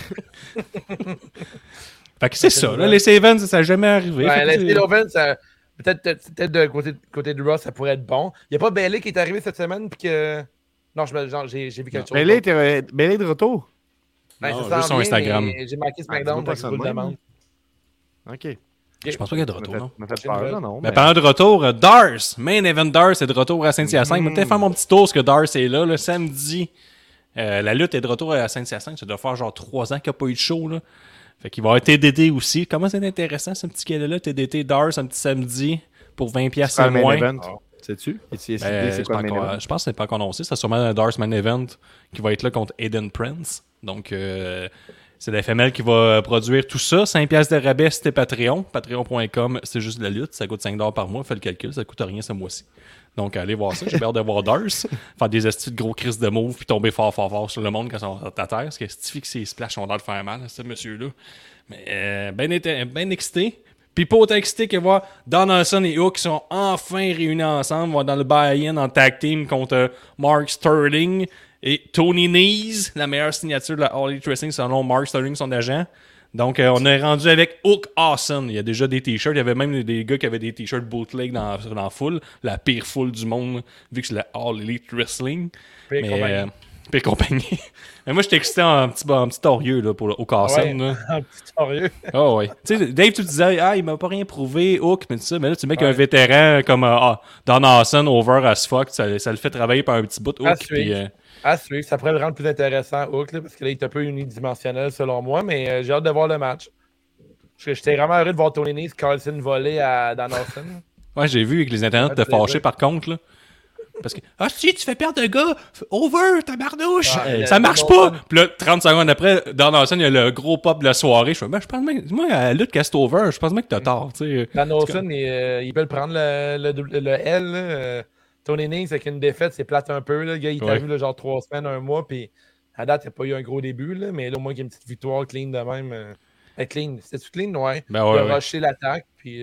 Fait que c'est ça. Là, les Evans, ça n'a jamais arrivé. Ouais, les Evans, peut-être de côté de Raw, ça pourrait être bon. Il n'y a pas Bayley qui est arrivé cette semaine puis que... Non, j'ai vu quelque chose. Bayley de retour? Ben, non, ça juste son Instagram. J'ai marqué SmackDown, donc je vous le demande. OK. Je pense pas qu'il y a de retour, non? m'a fait peur, là, non. Mais parlant de retour, Dars, Main Event Dars est de retour à Saint-Hyacinthe. Je vais peut-être faire mon petit tour parce que Dars est là, le samedi. La lutte est de retour à Saint-Hyacinthe. Ça doit faire genre 3 ans qu'il n'y a pas eu de show, là. Fait qu'il va y avoir TDT aussi. Comment c'est intéressant, ce petit gars-là, TDT Dars, un petit samedi pour 20$ c'est moins. Sais-tu? C'est quoi le main event? Je pense que c'est pas encore annoncé. C'est sûrement un Dars Main Event qui va être là contre Aiden Prince. Donc, c'est la FML qui va produire tout ça. 5$ de rabais, c'était Patreon. Patreon.com, c'est juste de la lutte. Ça coûte 5$ par mois. Fais le calcul, ça coûte rien ce mois-ci. Donc, allez voir ça. J'ai hâte de voir Dars faire des estis de gros crises de move puis tomber fort sur le monde quand ils sont à terre. Parce que Stiffy que ses splash ont l'air de faire mal, ce monsieur-là. Mais ben excité. Puis pas autant excité que voir Donaldson et Hook qui sont enfin réunis ensemble. Vont dans le buy-in en tag team contre Mark Sterling et Tony Nese, la meilleure signature de la All Elite Wrestling selon Mark Sterling, son agent. Donc, on est rendu avec Hook Awesome. Il y a déjà des t-shirts. Il y avait même des gars qui avaient des t-shirts bootleg dans la foule. La pire foule du monde, vu que c'est la All Elite Wrestling. Pire compagnie. Mais moi, j'étais excité en petit torieux là, pour le Hook Awesome. Ouais, un petit torieux. Oh, ouais. Tu sais, Dave, tu te disais, il m'a pas rien prouvé, Hook, mais tout ça. Mais là, tu mets qu'un vétéran comme Don Awesome, over as fuck, ça le fait travailler par un petit bout, Hook. À suivre, ça pourrait le rendre plus intéressant, Hook, là, parce que là, il est un peu unidimensionnel selon moi, mais j'ai hâte de voir le match. J'étais vraiment heureux de voir Tony Nese Carlson voler à Dan Awesome. Ouais, j'ai vu avec les internets de fâcher par contre, là. Parce que, si tu fais perdre de gars, over, tabarnouche, ça marche pas. Puis là, 30 secondes après, dans la scène, il y a le gros pop de la soirée. Je fais, je pense même, moi, à la lutte cast over, je pense même que t'as tort, tu sais. Dan Awesome, il peut le prendre le L, là. Tony Nese, avec une défaite, c'est plate un peu, là. Le gars, il t'a vu, là, genre 3 semaines, 1 mois, puis à date, il n'a pas eu un gros début, là, mais là, au moins, il y a une petite victoire clean de même. Clean, c'était-tu clean? Ouais. Il a rushé l'attaque, puis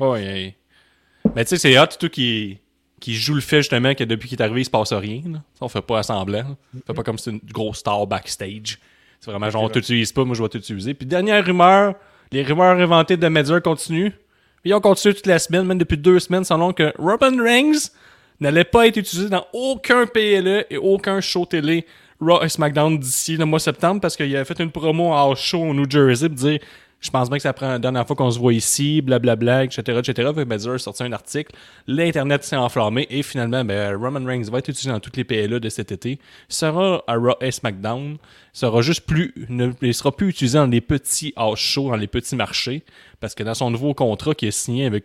Mais tu sais, c'est hot, tout qui joue le fait justement que depuis qu'il est arrivé, il se passe rien. Là. Ça, on fait pas assemblant. On fait pas comme si c'était une grosse star backstage. C'est vraiment genre, on t'utilise pas, moi je vais t'utiliser. Puis dernière rumeur, les rumeurs inventées de Medzer continuent. Puis on continue toute la semaine, même depuis 2 semaines, selon que Roman Reigns n'allait pas être utilisé dans aucun PLE et aucun show télé Raw et SmackDown d'ici le mois de septembre parce qu'il a fait une promo à show au New Jersey pour dire je pense bien que ça prend la dernière fois qu'on se voit ici, blablabla, etc. Medzer a sorti un article, l'Internet s'est enflammé et finalement, Roman Reigns va être utilisé dans toutes les PLE de cet été. Il sera à Raw et SmackDown. Il sera plus utilisé dans les petits house shows, dans les petits marchés, parce que dans son nouveau contrat qui est signé avec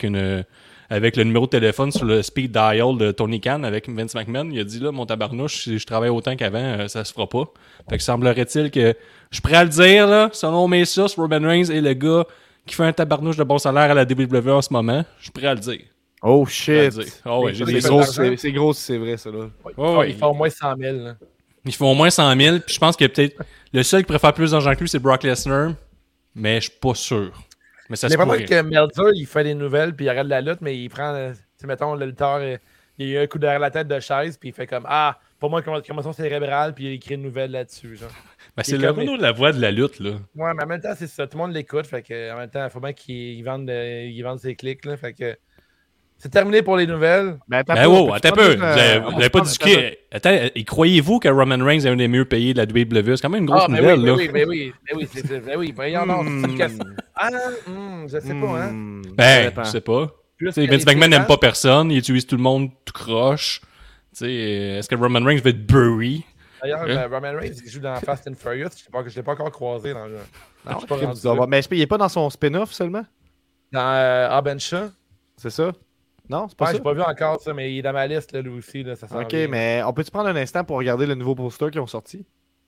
le numéro de téléphone sur le speed dial de Tony Khan avec Vince McMahon, il a dit là, mon tabarnouche, si je travaille autant qu'avant, ça se fera pas. Fait que semblerait-il que je suis prêt à le dire, là, selon mes sources, Roman Reigns est le gars qui fait un tabarnouche de bon salaire à la WWE en ce moment. Je suis prêt à le dire. Oh shit! Oh, ouais, c'est gros si c'est vrai, ça là. Il fait au moins 100 000. Là. Il fait au moins 100 000. Puis je pense que peut-être le seul qui préfère plus d'argent que lui, c'est Brock Lesnar. Mais je suis pas sûr. Mais ça se pourrait. Que Meltzer, il fait des nouvelles, puis il arrête la lutte, mais il prend, mettons, le lutteur, il a eu un coup derrière la tête de chaise, puis il fait comme pour moi, commotion cérébrale, puis il écrit une nouvelle là-dessus. Genre. C'est le Renaud de la voix de la lutte, là. Ouais, mais en même temps, c'est ça. Tout le monde l'écoute, fait que en même temps, il faut bien qu'il vende ses clics, là. Fait que c'est terminé pour les nouvelles. Attends un peu. Vous n'avez pas discuté. Attends, croyez-vous que Roman Reigns est un des mieux payés de la WWE? C'est quand même une grosse nouvelle, là. Oui, voyons donc. Je sais pas, hein. Je sais pas. Vince McMahon n'aime pas personne, il utilise tout le monde tout croche. Est-ce que Roman Reigns va être bury? D'ailleurs, Roman Reigns, il joue dans Fast and Furious. Je ne l'ai pas encore croisé dans le jeu. Mais il n'est pas dans son spin-off seulement? Dans Abben Shaw? C'est ça? Non, c'est pas ça? J'ai pas vu encore ça, mais il est dans ma liste, là, lui aussi. Là, ça ok, mais on peut-tu prendre un instant pour regarder le nouveau poster qu'ils ont sorti?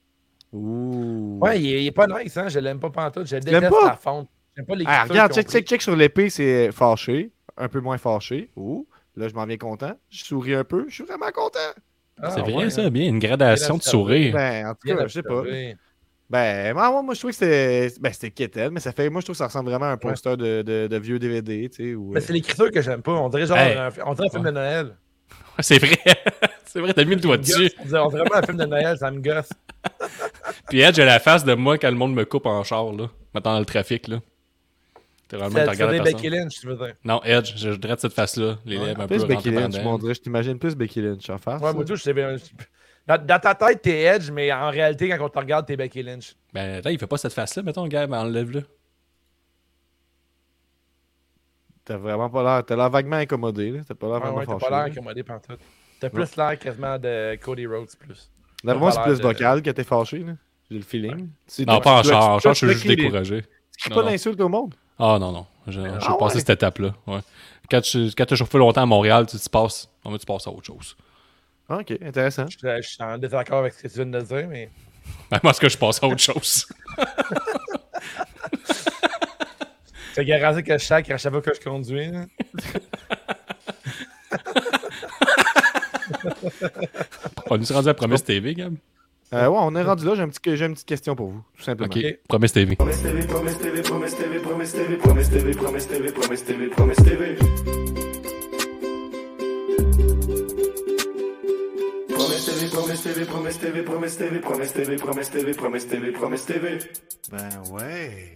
Ouh. Ouais, il est pas nice, hein? Je l'aime pas pantoute. Je déteste la fonte. J'aime pas les regarde, check sur l'épée, c'est fâché. Un peu moins fâché. Ouh. Là, je m'en viens content. Je souris un peu. Je suis vraiment content. C'est bien ça, bien. Une gradation de sourire. En tout cas, je sais pas. Moi, je trouve que c'était quétaine, mais moi, je trouve que ça ressemble vraiment à un poster de vieux DVD, tu sais. Mais c'est l'écriture que j'aime pas. On dirait genre un film de Noël. C'est vrai. C'est vrai, t'as mis le doigt dessus. On dirait vraiment un film de Noël, ça me gosse. Puis Edge, j'ai la face de moi quand le monde me coupe en char, là. Maintenant dans le trafic, là. C'est des Becky Lynch, tu veux dire? Non, Edge, je dresse cette face-là. Les lèvres un peu Becky Lynch, je t'imagine plus Becky Lynch en face. Ouais, moi, tout, je sais bien. Dans ta tête, t'es Edge, mais en réalité, quand on te regarde, t'es Becky Lynch. Attends, il fait pas cette face-là, mettons, gars, enlève-le. T'as vraiment pas l'air. T'as l'air vaguement incommodé. Là. T'as pas l'air vraiment Ouais, t'as fâché. pas l'air là. incommodé pantoute. T'as plus l'air quasiment de Cody Rhodes plus. D'après moi, T'as c'est pas plus l'air de- vocal que t'es fâché. Là. J'ai le feeling. Non, pas en char. En char, je suis juste découragé. Tu cries Non, pas non. d'insultes au monde? Ah non, non. Je Ah suis passé ouais? cette étape-là. Ouais. Quand tu as chauffé longtemps à Montréal, tu passes à autre chose. Ok, intéressant. Je suis en désaccord avec ce que tu viens de dire, mais. Ben, moi, est-ce que je passe à autre chose? C'est garanti que je sais à chaque fois que je conduis. Là. On est rendu à Promise TV, Gab? Ouais, on est rendu là. J'ai une petite question pour vous, tout simplement. Ok, Promise TV. Promise TV, Promise TV, Promise TV, Promise TV, Promise TV, Promise TV, Promise TV, Promise TV. Promise TV, Promise TV, Promise TV, Promise TV, Promise TV, Promise TV, Promise TV, Promise TV. Ben ouais.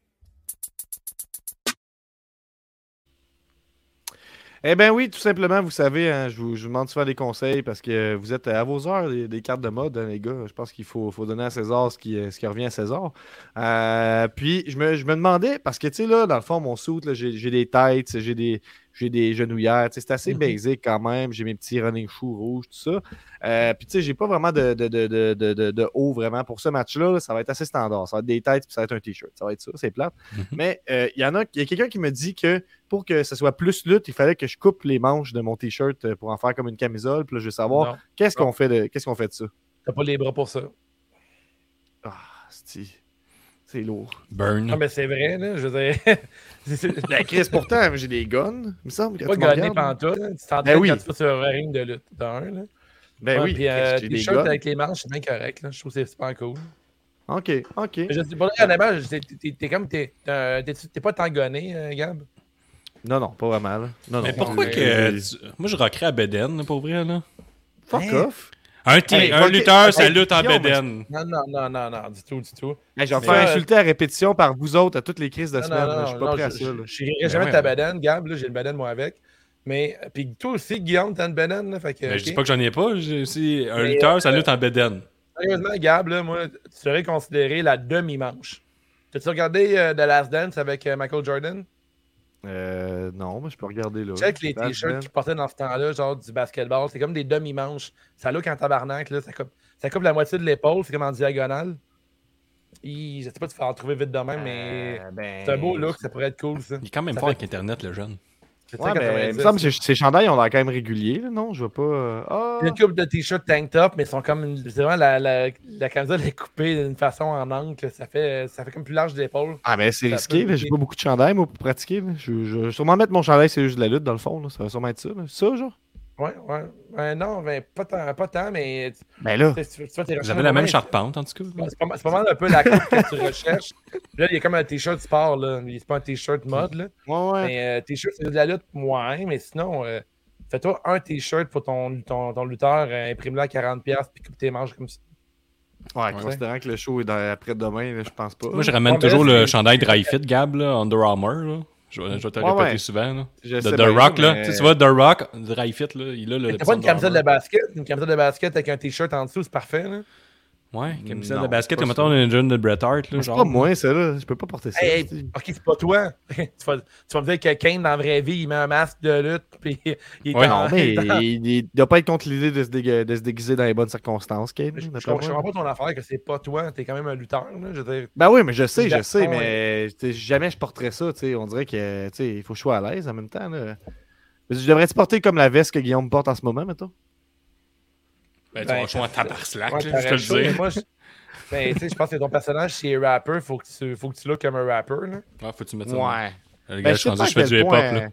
Eh bien oui, tout simplement, vous savez, hein, je vous demande souvent des conseils parce que vous êtes à vos heures des cartes de mode, hein, les gars. Je pense qu'il faut donner à César ce qui revient à César. Puis je me demandais, parce que tu sais, là, dans le fond, mon suit, là, j'ai des têtes, j'ai des genouillères. Tu sais, c'est assez basic quand même. J'ai mes petits running shoes rouges, tout ça. Puis tu sais, j'ai pas vraiment de haut vraiment pour ce match-là. Là, ça va être assez standard. Ça va être des têtes puis ça va être un t-shirt. Ça va être ça, c'est plate. Mais il y a quelqu'un qui me dit que pour que ce soit plus lutte, il fallait que je coupe les manches de mon t-shirt pour en faire comme une camisole. Puis là, je veux savoir Non. qu'est-ce qu'on fait de ça. T'as pas les bras pour ça. Ah, c'est lourd. Burn. Non, mais c'est vrai, là. Je veux dire. c'est Ben, Chris, pourtant, j'ai des guns, il me semble. Quand pas tu me gagné regardes. pantoute. Là. Tu t'entraînes oui. quand tu vas sur un ring de lutte. D'un, là. Ben Ouais, oui, puis Chris, j'ai des t-shirt guns. avec les manches, c'est bien correct. Là. Je trouve que c'est super cool. OK. Mais je sais pas, honnêtement, t'es comme. T'es pas tant gonné, Gab. Non, pas vraiment. Là. Non, Mais non. pourquoi que. Moi, je rockerais à Beden, pour vrai, là. Fuck off. Un lutteur, ça lutte en Beden. Non, du tout. Hey, je vais me Mais faire ça, insulter à répétition par vous autres à toutes les crises de Non, semaine. non, là. Je suis pas non, prêt à ça. là. Je n'irai jamais ouais, ta ouais. bedaine, Gab. Là, j'ai le bedaine, moi, avec. Mais, puis toi aussi, Guillaume, t'as une bedaine. Là, fait que, Mais je dis ok. pas que j'en ai pas. Si un Mais, lutteur, ça lutte en Beden. Sérieusement, Gab, là, moi, tu serais considéré la demi-manche. T'as-tu regardé The Last Dance avec Michael Jordan? Non, mais je peux regarder là. Check les Last t-shirts Dance. qu'il portait dans ce temps-là, genre du basketball. C'est comme des demi-manches. Ça look en tabarnak, là. Ça coupe la moitié de l'épaule. C'est comme en diagonale. Je sais pas, tu vas en trouver vite de même, mais c'est un beau look. Ça pourrait être cool, ça. Il est quand même Ça fort fait- avec Internet, le jeune. C'est Ouais, mais il me 190. semble que ces chandails ont l'air quand même réguliers. Là, non, je vois pas. Ah! Il y a une couple de t-shirts tank top, mais ils sont comme. C'est vraiment la camisole est coupée d'une façon en angle que ça fait comme plus large d'épaule. Ah, mais c'est Ça risqué. peut Là. J'ai piquer. pas beaucoup de chandails, moi, pour pratiquer. Là. Je vais sûrement mettre mon chandail, c'est juste de la lutte, dans le fond. Là. Ça va sûrement être ça. Là. Ça, genre? Ouais. Non, mais pas tant, mais. Ben là. Tu vois, tes Vous recherches avez la même moment, charpente, en tout cas. C'est pas mal un peu la coupe que tu recherches. Là, il y a comme un t-shirt sport, là. C'est pas un t-shirt mode, là. Ouais. Mais t-shirt, c'est de la lutte, ouais, mais sinon, fais-toi un t-shirt pour ton lutteur, imprime-le à 40$ puis coupe tes manches comme ça. Ouais, considérant que le show est après-demain, là, je pense pas. Moi, je ramène Ouais, mais toujours là, le c'est- chandail Dry Fit Gab, là, Under Armour. Là. Je vais te le répéter ouais. souvent. Là. Je De sais The bien, Rock, là. mais- Tu vois, The Rock, Dry Fit, là, il a le. T'as pas une petit camisole de Under Armour. basket? Une camisole de basket avec un t-shirt en dessous, c'est parfait, là. Ouais, camisole Non, de basket, pas comme mettons une jeune de Bret Hart, là. C'est Genre. pas moi, ça, là. Je peux pas porter ça. Hey, c'est- ok, c'est pas toi. tu vas me dire que Kane, dans la vraie vie, il met un masque de lutte, puis il est Ouais, en- Non, mais dans- il doit pas être contre l'idée de se déguiser dans les bonnes circonstances, Kane. Je d'après moi. comprends pas ton affaire que c'est pas toi. T'es quand même un lutteur, là. Je veux dire, Ben oui, mais je sais, Garçon, mais tu sais, jamais je porterais ça. Tu sais, on dirait que tu sais, il faut que je sois à l'aise en même temps. Là. Je devrais-tu porter comme la veste que Guillaume porte en ce moment, mettons? Ben, tu vas jouer en t'as- tabarslac, ouais, là, je te le chaud, mais dis. moi, ben, tu sais, je pense que ton personnage, c'est rapper. Faut que tu looks comme un rapper, là. Ouais, faut que tu mettes ça. Le Ben, gars, je suis rendu, je fais du hip-hop, là.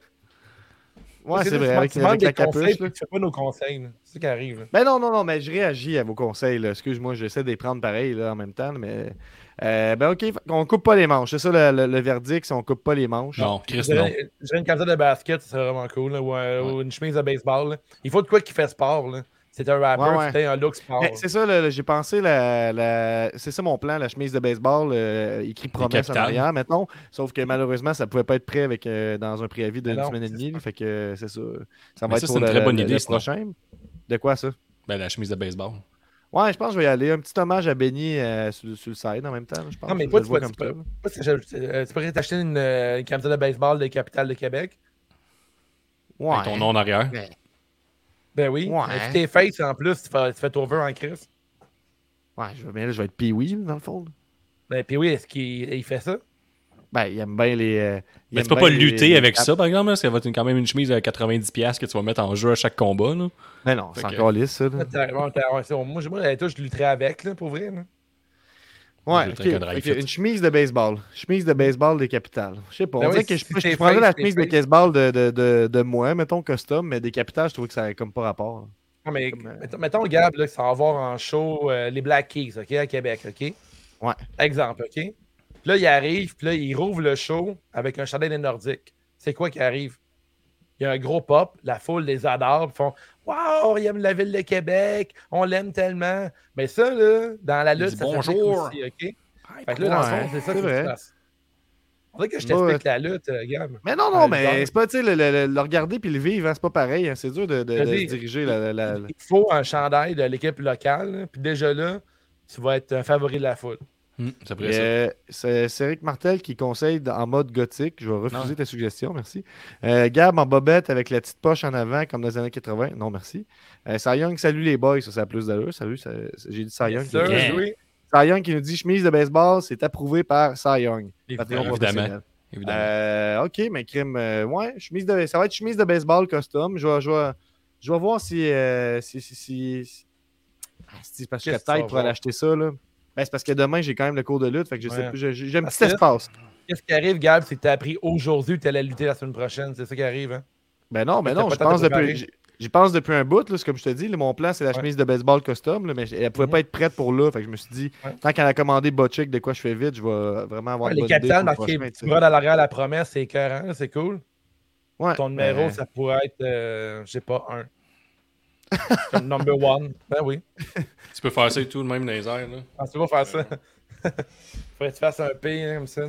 Ouais, c'est ça, vrai, tu avec demandes la des conseils, capuche. puis Là. tu fais pas nos conseils, là. C'est ça qui arrive, là. Ben non, mais je réagis à vos conseils. Là. Excuse-moi, j'essaie de les prendre pareil là, en même temps. Mais ben ok, on coupe pas les manches. C'est ça le verdict, si on coupe pas les manches. Non, Chris, Je non. dirais une camisole de basket, ça serait vraiment cool, là, ou une chemise de baseball, là. Il faut de quoi qui fait sport, là. C'est un rapper, Ouais. c'était un look sport. Ben, c'est ça, j'ai pensé, c'est ça mon plan, la chemise de baseball, écrit promesse en capitales. arrière, mettons. Sauf que malheureusement, ça pouvait pas être prêt avec, dans un préavis d'une Mais non, semaine et c'est demie. ça. Fait que c'est ça. Ça Mais va ça, être c'est pour une très bonne idée, le sinon. prochain. De quoi ça? Ben, la chemise de baseball. Ouais, je pense que je vais y aller. Un petit hommage à Benny sur le side en même temps. Je pense Non, mais que pas je tu le vois peux comme ça. tu pourrais t'acheter une camisole de baseball de Capitale de Québec, Ouais. Avec ton nom en arrière. Ben oui. Ouais. Si t'es face en plus, tu fais over en Chris. Ouais, je vais être Pee-Wee, dans le fond. Ben, puis oui, est-ce qu'il fait ça? Ben, il aime bien les. Mais tu peux pas lutter avec ça, par exemple, là, parce que ça va être quand même une chemise à 90$ que tu vas mettre en jeu à chaque combat. Là. Mais non, c'est Fait que- encore lisse, ça. Là. Moi, je lutterais avec, là, pour vrai. Là. Ouais, Je ok. vais être un drive Fait que fit. une chemise de baseball. Chemise de baseball des capitales. Je sais pas. Ben On dirait oui, que si je t'es prendrais la face, t'es chemise de face. baseball de moi, mettons, custom, mais des capitales, je trouve que ça n'a comme pas rapport. Non, mais Comme, mettons, Gab, là, que ça va avoir en show les Black Keys, OK, à Québec, OK? Ouais. Exemple, OK? Puis là, il arrive, puis là, il rouvre le show avec un chandail des Nordiques. C'est quoi qui arrive? Il y a un gros pop, la foule les adore, puis font « Wow, il aime la ville de Québec, on l'aime tellement! » Mais ça, là, dans la lutte, dit ça s'applique bonjour. aussi, OK? Fait que là, dans le fond, c'est ça c'est que vrai. se passe. On dirait que je t'explique la lutte, Gab. Mais non, Ouais, mais le c'est pas, tu sais, le regarder puis le vivre, hein, c'est pas pareil. Hein, c'est dur de Je dis, se diriger la. Il faut un chandail de l'équipe locale, là, puis déjà là, tu vas être un favori de la foule. C'est vrai ça. C'est Eric Martel qui conseille en mode gothique. Je vais refuser ta suggestion, merci. Gab en bobette avec la petite poche en avant, comme dans les années 80. Non, merci. Cy Young, salut les boys, ça a plus d'allure. Salut, j'ai dit Cy Young. Yes, sir, Yeah. oui. Cy Young qui nous dit chemise de baseball, c'est approuvé par Cy Young. Patreon Évidemment. professionnel. Évidemment. Ok, mais crime, ouais, ça va être chemise de baseball custom. Je vais voir si c'est parce que je Qu'est-ce serais que tu vas tête pour aller voir? acheter ça. Là. Ben, c'est parce que demain, j'ai quand même le cours de lutte. Fait que je sais Ouais. plus. J'ai un Parce petit que- espace. Qu'est-ce qui arrive, Gab, c'est que tu as appris aujourd'hui que tu allais lutter la semaine prochaine. C'est ça qui arrive, hein? Ben non, T'as pas je le temps pense de te préparer. j'y pense depuis un bout. Là, c'est comme je te dis, là, mon plan, c'est la Ouais. chemise de baseball custom. Là, mais elle pouvait pas être prête pour là. Fait que je me suis dit, Ouais. tant qu'elle a commandé Botchick de quoi je fais vite, je vais vraiment avoir Ouais, une les bonne capitales idée pour le marqués prochain, tu petit sais. bras à l'arrière, la promesse, c'est écœurant, là, c'est cool. Ouais, Ton numéro, ça pourrait être, je sais pas, 1. Comme number 1. Ben oui. Tu peux faire ça et tout, de même dans les airs. Là. Ah, tu vas faire ça. Faudrait que tu fasses un P, hein, comme ça.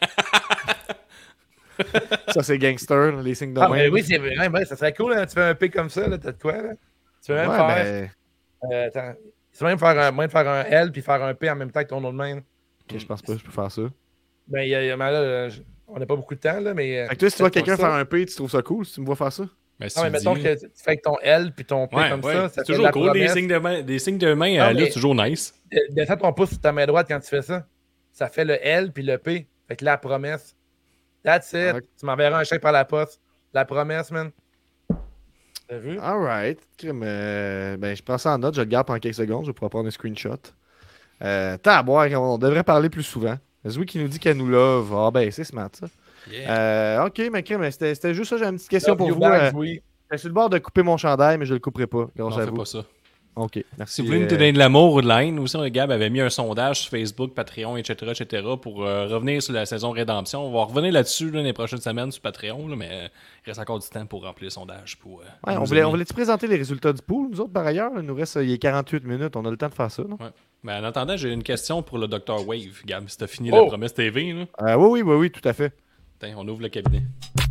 Ça, c'est gangster, là, les signes de Ah, main. ben oui, c'est vrai. Ben, ça serait cool, hein, tu fais un P comme ça, là, t'as de quoi, là? Tu peux même Ouais, faire. ben, Attends. Tu peux même faire moyen de faire un L puis faire un P en même temps que ton nom de main. ok, je pense pas que je peux faire ça. Ben, mais là, on n'a pas beaucoup de temps, là, mais. Fait que toi, si tu vois peut-être quelqu'un pour ça. faire un P, tu trouves ça cool si tu me vois faire ça? Mais si Non, mais tu mettons dis- que tu fais avec ton L puis ton P Ouais, comme ouais, ça c'est fait toujours la cool. promesse. Des signes de main Non, à mais- lutte, c'est toujours nice. Descends ton pouce sur ta main droite quand tu fais ça. Ça fait le L puis le P. Fait que la promesse. That's it. Ok. Tu m'enverras un chèque par la poste. La promesse, man. T'as vu? Alright. Ben, je prends ça en note, je le garde pendant quelques secondes, je vais pouvoir prendre un screenshot. Boire, on devrait parler plus souvent. Zoui qui nous dit qu'elle nous love. Ah ben, c'est smart, ça. Ok, mais crème, c'était juste ça, j'ai une petite question pour vous. Oui. Je suis sur le bord de couper mon chandail, mais je le couperai pas, Non, grâce à fais vous. pas ça. Ok, merci. Si vous voulez nous donner de l'amour ou de la haine, aussi, Gab avait mis un sondage sur Facebook, Patreon, etc., pour revenir sur la saison Rédemption. On va revenir là-dessus là, les prochaines semaines sur Patreon, là, mais il reste encore du temps pour remplir le sondage. Pour, Ouais, on voulait-tu présenter les résultats du pool, nous autres, par ailleurs? Il nous reste il y a 48 minutes, on a le temps de faire ça, non? Ouais. Mais en attendant, j'ai une question pour le Dr. Wave, Gab, si t'as fini Oh! la promesse TV. Là. Oui, tout à fait. Attends, on ouvre le cabinet.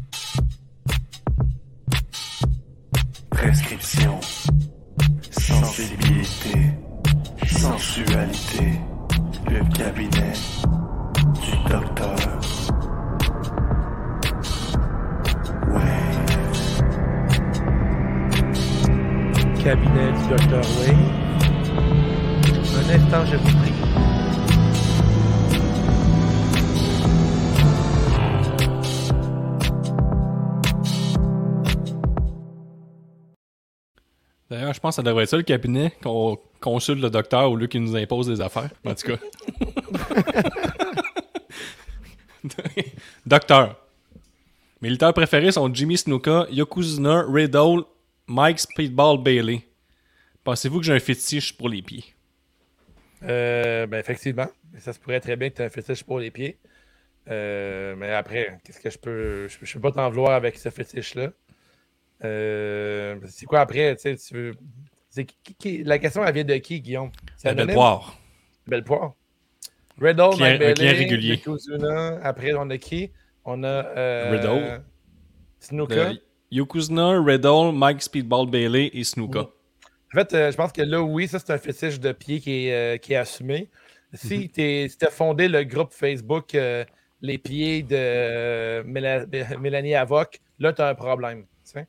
Prescription, sensibilité, sensualité, le cabinet du docteur. Cabinet du Dr. Wayne. Un instant, je vous prie. D'ailleurs, je pense que ça devrait être ça le cabinet, qu'on consulte le docteur au lieu qu'il nous impose des affaires. En tout cas. Docteur. Mes lutteurs préférés sont Jimmy Snuka, Yokozuna, Riddle, Mike Speedball Bailey. Pensez-vous que j'ai un fétiche pour les pieds? Ben effectivement. Ça se pourrait très bien que tu aies un fétiche pour les pieds. Mais après, qu'est-ce que je peux. Je peux pas t'en vouloir avec ce fétiche-là. C'est quoi après? Tu veux. La question, elle vient de qui, Guillaume? C'est La belle anonyme? poire. Belle poire. Riddle, Client- Mike un client Bailey, régulier. Yokozuna. Après, on a qui? On a. Riddle. Snuka. Yokozuna, Riddle, Mike Speedball Bailey et Snuka. En fait, je pense que là, oui, ça, c'est un fétiche de pied qui est assumé. Si tu as fondé le groupe Facebook Les pieds de Mélanie Avoc, là, tu as un problème. Tu sais?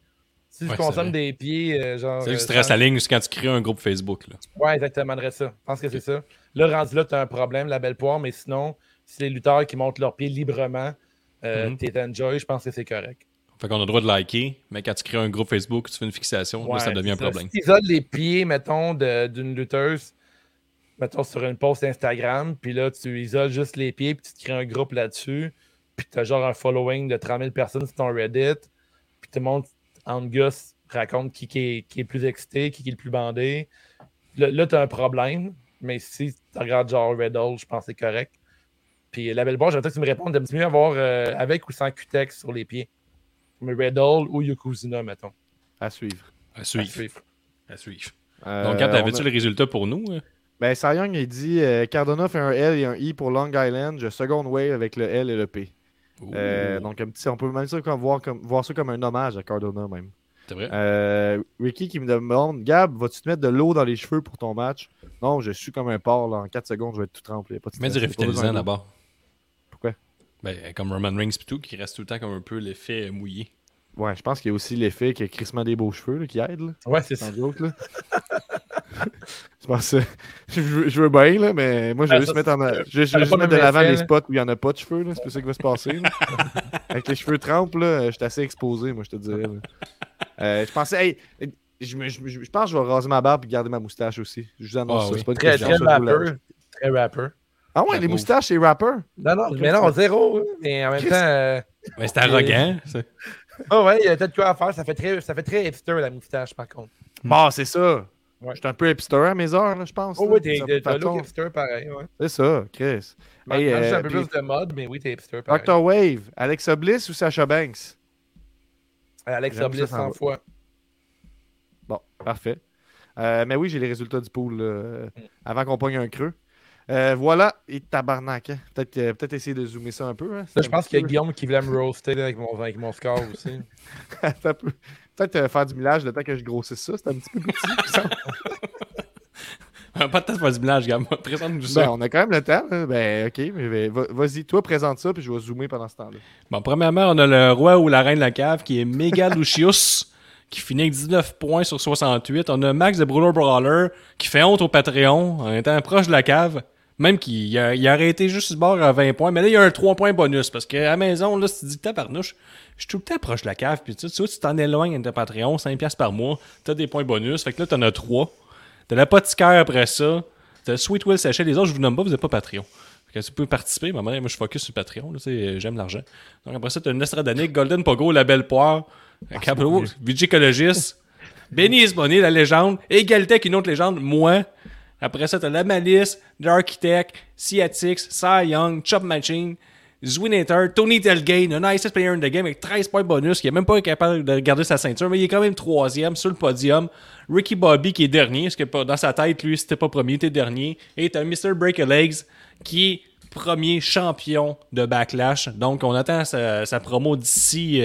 Si tu Ouais, consommes c'est des pieds, genre. C'est là que tu traces la ligne c'est quand tu crées un groupe Facebook. Là. Ouais, exactement, de ça. Je pense que c'est ça. Là, rendu là, tu as un problème, la belle poire, mais sinon, si les lutteurs qui montent leurs pieds librement, t'es enjoy, je pense que c'est correct. Fait qu'on a le droit de liker, mais quand tu crées un groupe Facebook, tu fais une fixation, là, ça devient un problème. Si tu isoles les pieds, mettons, d'une lutteuse, mettons, sur une post Instagram, puis là, tu isoles juste les pieds, puis tu te crées un groupe là-dessus, puis tu as genre un following de 30 000 personnes sur ton Reddit, puis tout le monde, en gosse, raconte qui est plus excité, qui est le plus bandé. Là, tu as un problème, mais si tu regardes genre Riddle, je pense que c'est correct. Puis la belle barre, j'aimerais que tu me répondes, t'aimes mieux avoir avec ou sans Q-Tex sur les pieds? Comme Riddle ou Yokozuna, mettons. À suivre. À suivre. Euh, Donc, Gab, on avais-tu a- le résultat pour nous? Ben, Cy Young, il dit Cardona fait un L et un I pour Long Island. Je second wave avec le L et le P. Donc, un petit, on peut même ça voir ça comme un hommage à Cardona, même. C'est vrai? Ricky qui me demande Gab, vas-tu te mettre de l'eau dans les cheveux pour ton match? Non, je suis comme un porc. Là. En 4 secondes, je vais être tout trempé. Pas de Mets du stress, pas besoin revitalisant d'eau. d'abord. Pourquoi? Ben, comme Roman Reigns et tout, qui reste tout le temps comme un peu l'effet mouillé. Ouais, je pense qu'il y a aussi l'effet qu'il y a crissement des beaux cheveux là, qui aide. Là. Ouais, c'est ça. Sans joke, là. Je pense je veux bien, là, mais moi, je vais juste mettre, je vais juste pas mettre de le l'avant vaisselle, les là. spots où il n'y en a pas de cheveux. là. C'est pas ça qui va se passer. là. Avec les cheveux trempes, là, je suis assez exposé, moi, je te dirais. là. Je pensais, hey, je pense que je vais raser ma barbe et garder ma moustache aussi. Je vous annonce Ah ça. oui. C'est pas une Très, question, très ça, je vous la- rapper. Très rapper. Ah ouais, les J'approuve. moustaches, c'est rapper. Non, mais non, zéro. Mais en même temps. Mais c'est arrogant. ça. Oh ouais, il y a peut-être quoi à faire. Ça fait très hipster, la moustache, par contre. Bon, c'est ça. Ouais. Je suis un peu hipster à mes heures, là, je pense. Oh là, oui, d'une t'as certaine un look façon. hipster pareil, ouais. C'est ça, Chris. Manque Hey, juste un peu puis- plus de mode, mais oui, t'es hipster pareil. Dr. Wave, Alexa Bliss ou Sasha Banks? Alexa J'aime ça, Bliss ça 100 va. fois. Bon, parfait. Mais oui, j'ai les résultats du pool avant qu'on pogne un creux. Voilà, et tabarnak. Hein. Peut-être essayer de zoomer ça un peu. Hein. Là, je pense qu'il y a Guillaume qui voulait me roaster là, avec mon score aussi. Ça peut- Peut-être faire du millage le temps que je grossisse ça. C'est un petit peu petit. il me semble. Pas de temps de faire du village, Gab. Présente-nous ça. Ben, on a quand même le temps. Là. Ben, ok, mais vas-y, toi, présente ça, puis je vais zoomer pendant ce temps-là. Bon, premièrement, on a le roi ou la reine de la cave qui est Mega Lucius, qui finit avec 19 points sur 68. On a Max de Brawler Brawler qui fait honte au Patreon en étant proche de la cave. Même qu'il a arrêté juste sur le bord à 20 points. Mais là, il y a un 3 points bonus. Parce qu'à la maison, là, si tu dis tabarnouche, je suis tout le temps proche de la cave. Puis tu vois, tu t'en éloignes de Patreon, 5$ par mois. T'as des points bonus. Fait que là, t'en as 3. T'as l'apothicaire après ça. T'as Sweet Will Sachet. Les autres, je vous nomme pas, vous n'êtes pas Patreon. Fait que tu peux participer. Mais moi, je focus sur Patreon. Là, j'aime l'argent. Donc après ça, t'as Nostradanic, Golden Pogo, La Belle Poire, Cabro, Vigicologiste, Benny Isbonnet, la légende, Égalité avec une autre légende, moi. Après ça, t'as La Malice, Darkitect, Ciatix, Cy Young, Chop Machine, Zwinator, Tony Telgate, un nicest player in the game avec 13 points bonus, qui est même pas capable de garder sa ceinture, mais il est quand même 3e sur le podium. Ricky Bobby qui est dernier, parce que dans sa tête, lui, c'était pas premier, il était dernier. Et t'as Mr. Break a Legs qui est premier champion de Backlash. Donc, on attend sa promo d'ici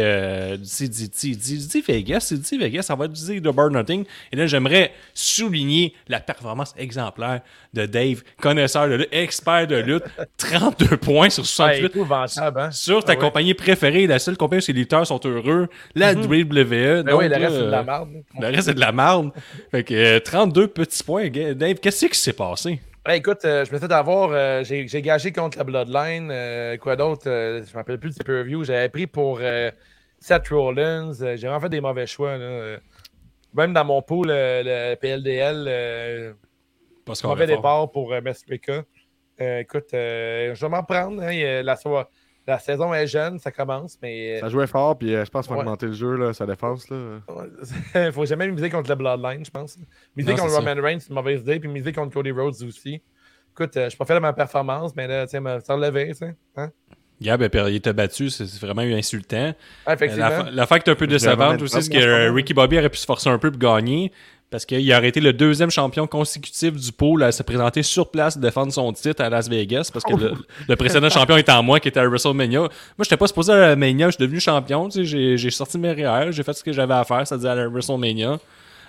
Vegas. C'est d'ici Vegas, ça va être d'ici The Burn Nothing. Et là, j'aimerais souligner la performance exemplaire de Dave, connaisseur de lutte, expert de lutte. 32 points sur 68. Épouvantable, hein? Sur ta Ah ouais. compagnie préférée, la seule compagnie où les lutteurs sont heureux, la WWE. Ben oui, le Donc, reste, c'est de la merde. Le reste, c'est de la merde. Fait que 32 petits points. Dave, qu'est-ce qui s'est passé? Hey, écoute, je me suis d'avoir. J'ai gagé contre la Bloodline. Quoi d'autre? Je ne me rappelle plus du pay-per-view. J'avais pris pour Seth Rollins. J'ai vraiment fait des mauvais choix. Là. Même dans mon pool, le PLDL, Parce qu'on mauvais va fort. départ pour Mestrica. Écoute, je vais m'en reprendre. Hein, la saison est jeune, ça commence, mais Ça jouait fort, puis je pense qu'il faut Ouais. augmenter le jeu, là, sa défense. Là. il faut jamais miser contre le Bloodline, je pense. Miser Non, contre c'est Roman Reigns, c'est une mauvaise idée, puis miser contre Cody Rhodes aussi. Écoute, je préfère ma performance, mais là, tu sais, me relever, tu sais. Hein? Gab, il t'a battu, c'est vraiment insultant. Ah, effectivement. L'affaire qui est un peu décevante vraiment aussi, c'est une que bonne Ricky Bobby aurait pu se forcer un peu pour gagner. Parce qu'il aurait été le deuxième champion consécutif du pool à se présenter sur place, défendre son titre à Las Vegas. Parce que le précédent champion était en moi, qui était à WrestleMania. Moi, j'étais pas supposé à la Mania, je suis devenu champion. Tu sais, j'ai sorti mes REER, j'ai fait ce que j'avais à faire, c'est-à-dire à la WrestleMania.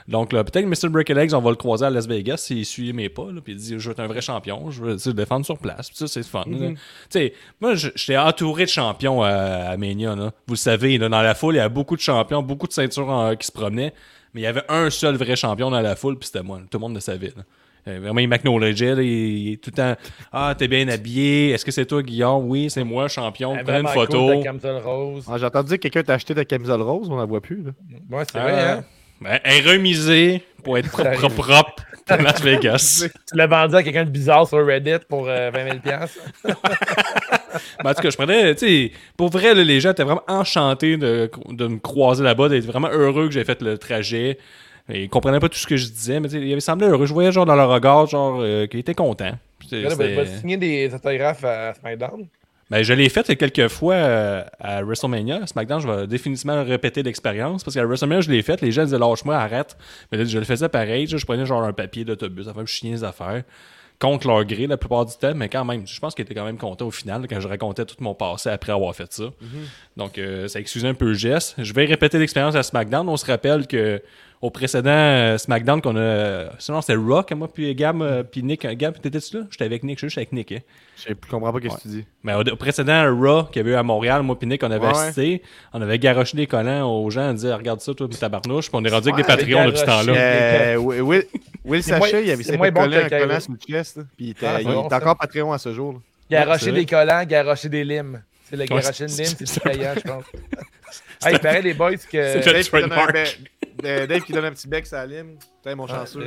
Donc, là, peut-être que Mr. Break Legs, on va le croiser à Las Vegas s'il suit mes pas, là, puis il dit je veux être un vrai champion, je veux le défendre sur place. Puis ça, c'est fun. Tu sais, moi, j'étais entouré de champions à Mania. Là. Vous le savez, là, dans la foule, il y a beaucoup de champions, beaucoup de ceintures qui se promenaient, mais il y avait un seul vrai champion dans la foule, puis c'était moi. Tout le monde le savait. Là. Vraiment, il m'acknowledgeait, il est tout le temps « Ah, t'es bien habillé. Est-ce que c'est toi, Guillaume? Oui, c'est moi, champion. Prenez une photo. Cool, ta camisole rose. J'ai entendu dire que quelqu'un t'a acheté ta camisole rose, on la voit plus. Là. Ouais, c'est vrai, hein? Ben, elle est remisée pour être propre pour Las Vegas. Tu l'as vendu à quelqu'un de bizarre sur Reddit pour 20 000 $. Ben, en tout cas, je prenais, tu sais, pour vrai, là, les gens étaient vraiment enchantés de me croiser là-bas, d'être vraiment heureux que j'ai fait le trajet. Ils comprenaient pas tout ce que je disais, mais ils avaient semblé heureux. Je voyais genre dans leur regard, genre, qu'ils étaient contents. Vas-tu signer des autographes à SmackDown? Ben, je l'ai fait quelques fois à WrestleMania. À SmackDown, je vais définitivement répéter l'expérience. Parce qu'à WrestleMania, je l'ai fait. Les gens disaient lâche-moi, arrête. Mais là, je le faisais pareil. Je prenais genre un papier d'autobus. Ça fait me chier les affaires. Contre leur gré la plupart du temps. Mais quand même, je pense qu'ils étaient quand même contents au final là, quand je racontais tout mon passé après avoir fait ça. Donc, ça excusait un peu le geste. Je vais répéter l'expérience à SmackDown. On se rappelle que au précédent SmackDown qu'on a... Sinon, c'était Rock, moi, puis Gab, puis Nick. Gab, t'étais-tu là? J'étais avec Nick, je suis juste avec Nick. Hein? Je comprends pas ce que tu dis. Mais au précédent Raw qu'il y avait eu à Montréal, moi puis Nick, on avait assisté. On avait garoché des collants aux gens, on disait regarde ça, toi, tabarnouche. Puis on est rendu avec des Patreons depuis ce temps-là. Will Sachet, il avait ses collants sur le chest. Puis il est encore Patreon à ce jour. Là. Garocher des collants, garocher des limes. C'est le garocher de limes, c'est payant, je pense. Il paraît les boys que... Dave qui donne un petit bec, ça lime. Putain, mon chanceux.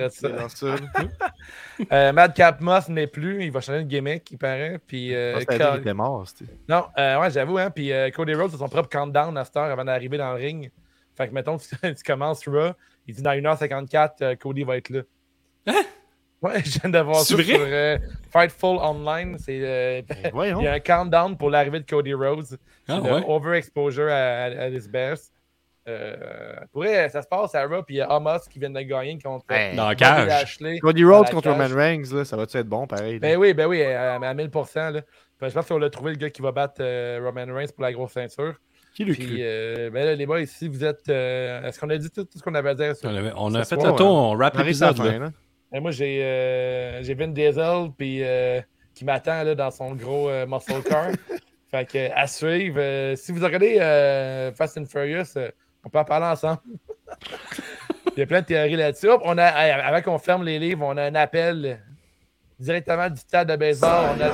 Madcap Moss n'est plus. Il va changer de gimmick, il paraît. Puis, il était mort. Non, ouais, j'avoue. Hein, puis Cody Rhodes a son propre countdown à cette heure avant d'arriver dans le ring. Fait que, mettons, tu commences Raw. Il dit dans 1h54, Cody va être là. Hein? Ouais, je viens de voir ça sur Fightful Online. Il y a un countdown pour l'arrivée de Cody Rhodes. C'est overexposure à this best. Ça se passe à Raw, puis il y a Amos qui vient de gagner contre dans cage. Lashley. Cody Rhodes contre Roman Reigns, là, ça va-tu être bon, pareil? Ben oui, à 1000%. Là. Je pense qu'on a trouvé le gars qui va battre Roman Reigns pour la grosse ceinture. Qui le cru? Ben là, les boys, ici, vous êtes... est-ce qu'on a dit tout ce qu'on avait à dire? On a fait le tour, on rap l'épisode. Moi, j'ai Vin Diesel puis, qui m'attend là, dans son gros muscle car. Fait que, à suivre. Si vous regardez Fast and Furious... on peut en parler ensemble. Il y a plein de théories là-dessus. Avant qu'on ferme les livres, on a un appel directement du stade de baseball. On a...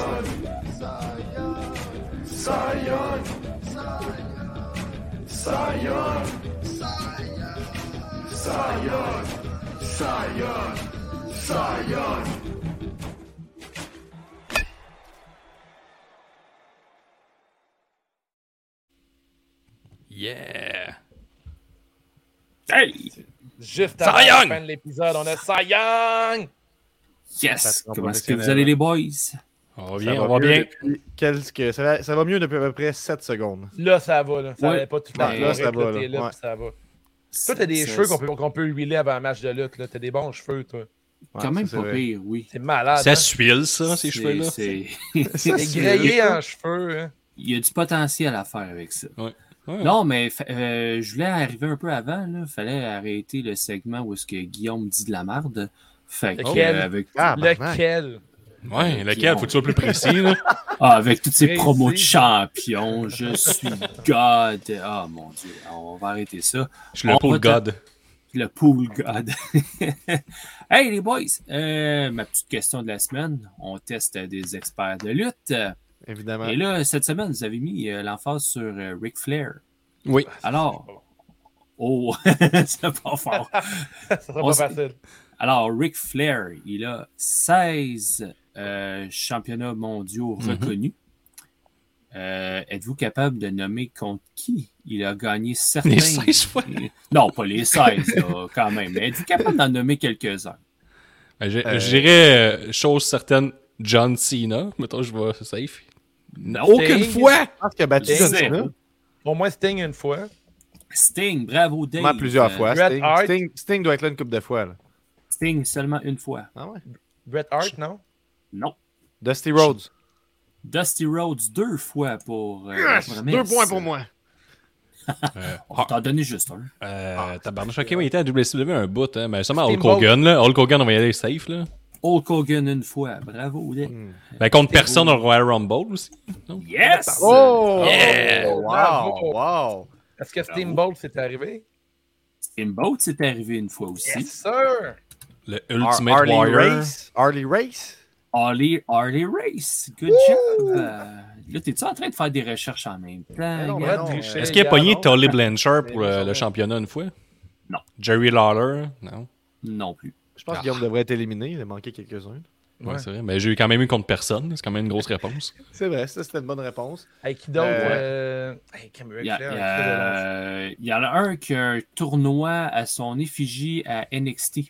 Yeah! Hey! Juste avant la fin de l'épisode, on a Cy Young! Yes! Comment est-ce que vous allez, les boys? On va bien. Ça va mieux depuis à peu près 7 secondes. Là, ça va. Là. Ça va pas tout le temps. Là, ça va. Là, ça va. Toi, t'as des cheveux qu'on peut huiler avant un match de lutte. T'as des bons cheveux, toi. Quand même pas pire, oui. C'est malade. Ça s'huile, ça, ces cheveux-là. C'est grillé en cheveux. Hein. Il y a du potentiel à faire avec ça. Ouais. Non, mais je voulais arriver un peu avant. Il fallait arrêter le segment où est-ce que Guillaume dit de la merde. Fait lequel? Lequel? Ouais, lequel? Faut que tu sois plus précis. Là. Avec toutes ces promos de champion. Je suis God. Ah, mon Dieu. On va arrêter ça. Je suis le pool God. Le pool God. Hey, les boys. Ma petite question de la semaine. On teste des experts de lutte. Évidemment. Et là, cette semaine, vous avez mis l'emphase sur Ric Flair. Oui. Alors, c'est pas fort. Ça sera pas facile. Alors, Ric Flair, il a 16 championnats mondiaux reconnus. Êtes-vous capable de nommer contre qui il a gagné certains? Les 16 fois? Non, pas les 16, là, quand même. Mais êtes-vous capable d'en nommer quelques-uns? Je dirais, chose certaine, John Cena. Mettons, je vais safe. Aucune fois! Je pense qu'il a battu John Cena. Au moins Sting une fois. Sting, bravo Dave. Moi, plusieurs fois. Sting doit être là une couple de fois. Là. Sting seulement une fois. Ah ouais? Bret Hart, non? Non. Dusty Rhodes. Dusty Rhodes 2 fois pour... Yes! 2 points pour moi. On va t'en donner juste un. Tabarnouche, ok, il était à WCW un bout, hein. Mais seulement Hulk Steamboat. Hogan, là. Hulk Hogan, on va y aller safe, là. Hulk Hogan une fois. Bravo, Dick. Ben, contre personne au Royal Rumble aussi. Non? Yes! Oh! Yeah! Wow! Wow! Est-ce que Steamboat c'est arrivé? Steamboat, c'est arrivé une fois aussi. Yes, sir! Le Ultimate Harley Warrior. Race? Harley Race? Harley Race. Good job. Là, t'es-tu en train de faire des recherches en même temps? non, gars? non, Est-ce qu'il a pogné Tully Blanchard pour le championnat une fois? Non. Jerry Lawler? Non. Non plus. Je pense que Guillaume devrait être éliminé. Il a manqué quelques-uns. Ouais, c'est vrai. Mais j'ai quand même eu contre personne. C'est quand même une grosse réponse. C'est vrai, ça c'était une bonne réponse. Hey, qui d'autre? Il y en a un qui a un tournoi à son effigie à NXT.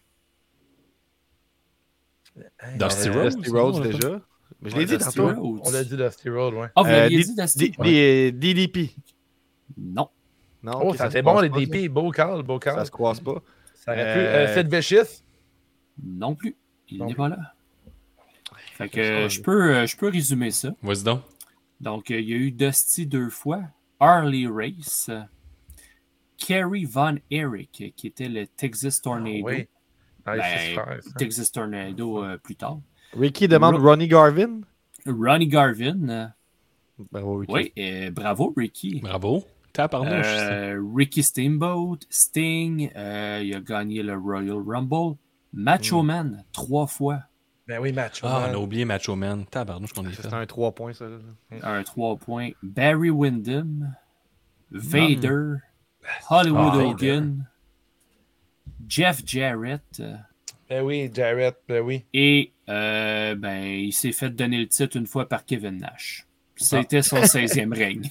Dusty Rhodes? Dusty Rhodes déjà. Mais je l'ai dit Dusty tantôt. Rhodes. On l'a dit Dusty Road, ouais. Ah, vous l'aviez dit, Dusty? DDP. Non. Non, Oh, ok, ça se fait bon, croise les pas, DP. Beau call. Ça se croise pas. Ça aurait pu. Sid Vicious? Non plus. Il Non n'est plus. pas là. Fait que je peux résumer ça. Vas-y donc. Donc, il y a eu Dusty 2 fois, Harley Race, Kerry Von Erich, qui était le Texas Tornado. Oui. Ah, Ben, c'est super, ça. Texas Tornado plus tard. Ricky demande Ronnie Garvin. Ronnie Garvin. Bravo, Ricky. Oui, bravo, Ricky. Bravo. Tabarnouche. Ricky Steamboat, Sting, il a gagné le Royal Rumble. Macho Man, 3 fois. Ben oui, Macho Ah, Man. on a oublié Macho Man. Tabarnouche qu'on est fait. C'est un 3 points, ça. Là. Un 3 points. Barry Windham, Vader, Hollywood Hogan, Jeff Jarrett. Ben oui, Jarrett, ben oui. Et il s'est fait donner le titre une fois par Kevin Nash. C'était son 16e règne.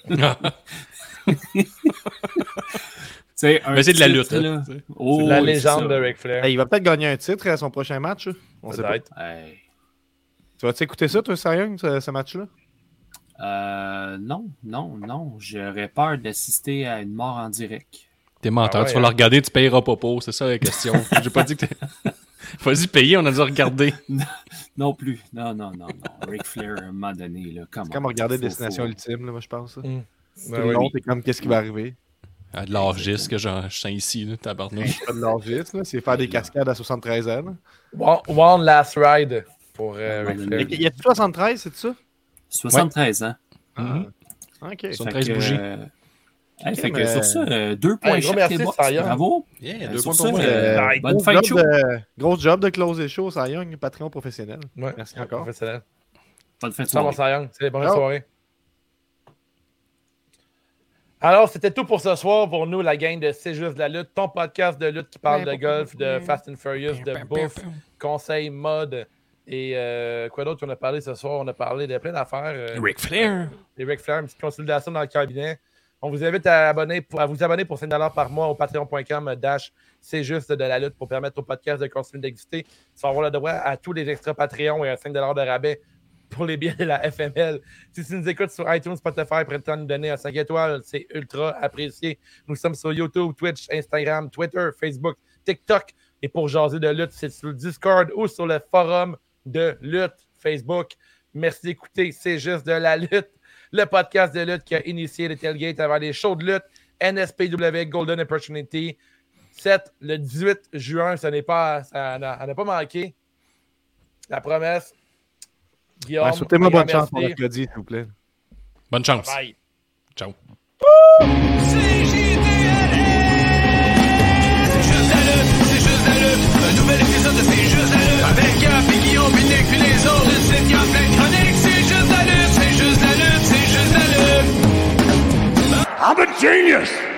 Mais c'est de la lutte. Là. Là. Oh, C'est la oui, légende c'est de ça. Ric Flair. Hey, il va peut-être gagner un titre à son prochain match. Là. On sait pas. Peut-être. Hey. Tu vas-tu écouter ça, toi, Cy Young, ce match-là? Non. J'aurais peur d'assister à une mort en direct. T'es menteur. Ah ouais, Tu vas le regarder, tu payeras pas pour. C'est ça la question. J'ai pas dit que t'es. Vas-y, payer, on a dû regarder. Non plus. Non. Ric Flair, à un moment donné, là, C'est comme regarder Destination Ultime, là, moi, je pense. Ben Tout le long, t'es comme, qu'est-ce qui va arriver? Ah, de l'argiste que je sens ici, là, tabarnouche. Pas de l'argiste, là. C'est faire des cascades à 73 ans. Là. One Last Ride pour Ric Flair. Il y a 73, c'est ça? 73 ans. Ok. Fait 73 que, bougies. fait que mais- sur ça, 2 points Hey, gros chaque, merci, les boys. Cy Young. Bravo. Yeah, Sur 2 points ça, pour moi. bonne Gros fin de show. Gros job de closer le show, Cy Young, Patreon professionnel. Ouais. Merci encore. Professionnel. Bonne fin de Ça, mon soirée. Cy Young. C'est bonne Ciao. soirée. Alors, c'était tout pour ce soir pour nous, la gang de C'est juste de la lutte, ton podcast de lutte qui parle de golf, de Fast and Furious, de bouffe, conseils, mode et quoi d'autre qu'on a parlé ce soir? On a parlé de plein d'affaires. Ric Flair. Les Ric Flair, une petite consolidation dans le cabinet. On vous invite à vous abonner pour 5$ par mois au patreon.com/ C'est juste de la lutte pour permettre au podcast de continuer d'exister. Tu vas avoir le droit à tous les extra Patreon et à 5$ de rabais pour les billets de la FML. Si tu nous écoutes sur iTunes, Spotify, prends le temps de nous donner un 5 étoiles. C'est ultra apprécié. Nous sommes sur YouTube, Twitch, Instagram, Twitter, Facebook, TikTok. Et pour jaser de lutte, c'est sur le Discord ou sur le forum de lutte Facebook. Merci d'écouter. C'est juste de la lutte. Le podcast de lutte qui a initié les tailgates avant les shows de lutte. NSPW Golden Opportunity. Le 18 juin, ça n'a pas manqué. La promesse. Guillaume, Ouais, souhaitez-moi bonne merci. chance pour mercredi, s'il vous plaît. Bonne chance. Bye. Ciao. C'est juste la lutte, un nouvel épisode de C'est juste la lutte. Avec Gap et Guillaume, puis Nick, puis les autres. Le site qui a plein de chroniques. C'est juste la lutte, c'est juste la lutte, c'est juste la lutte. I'm a genius!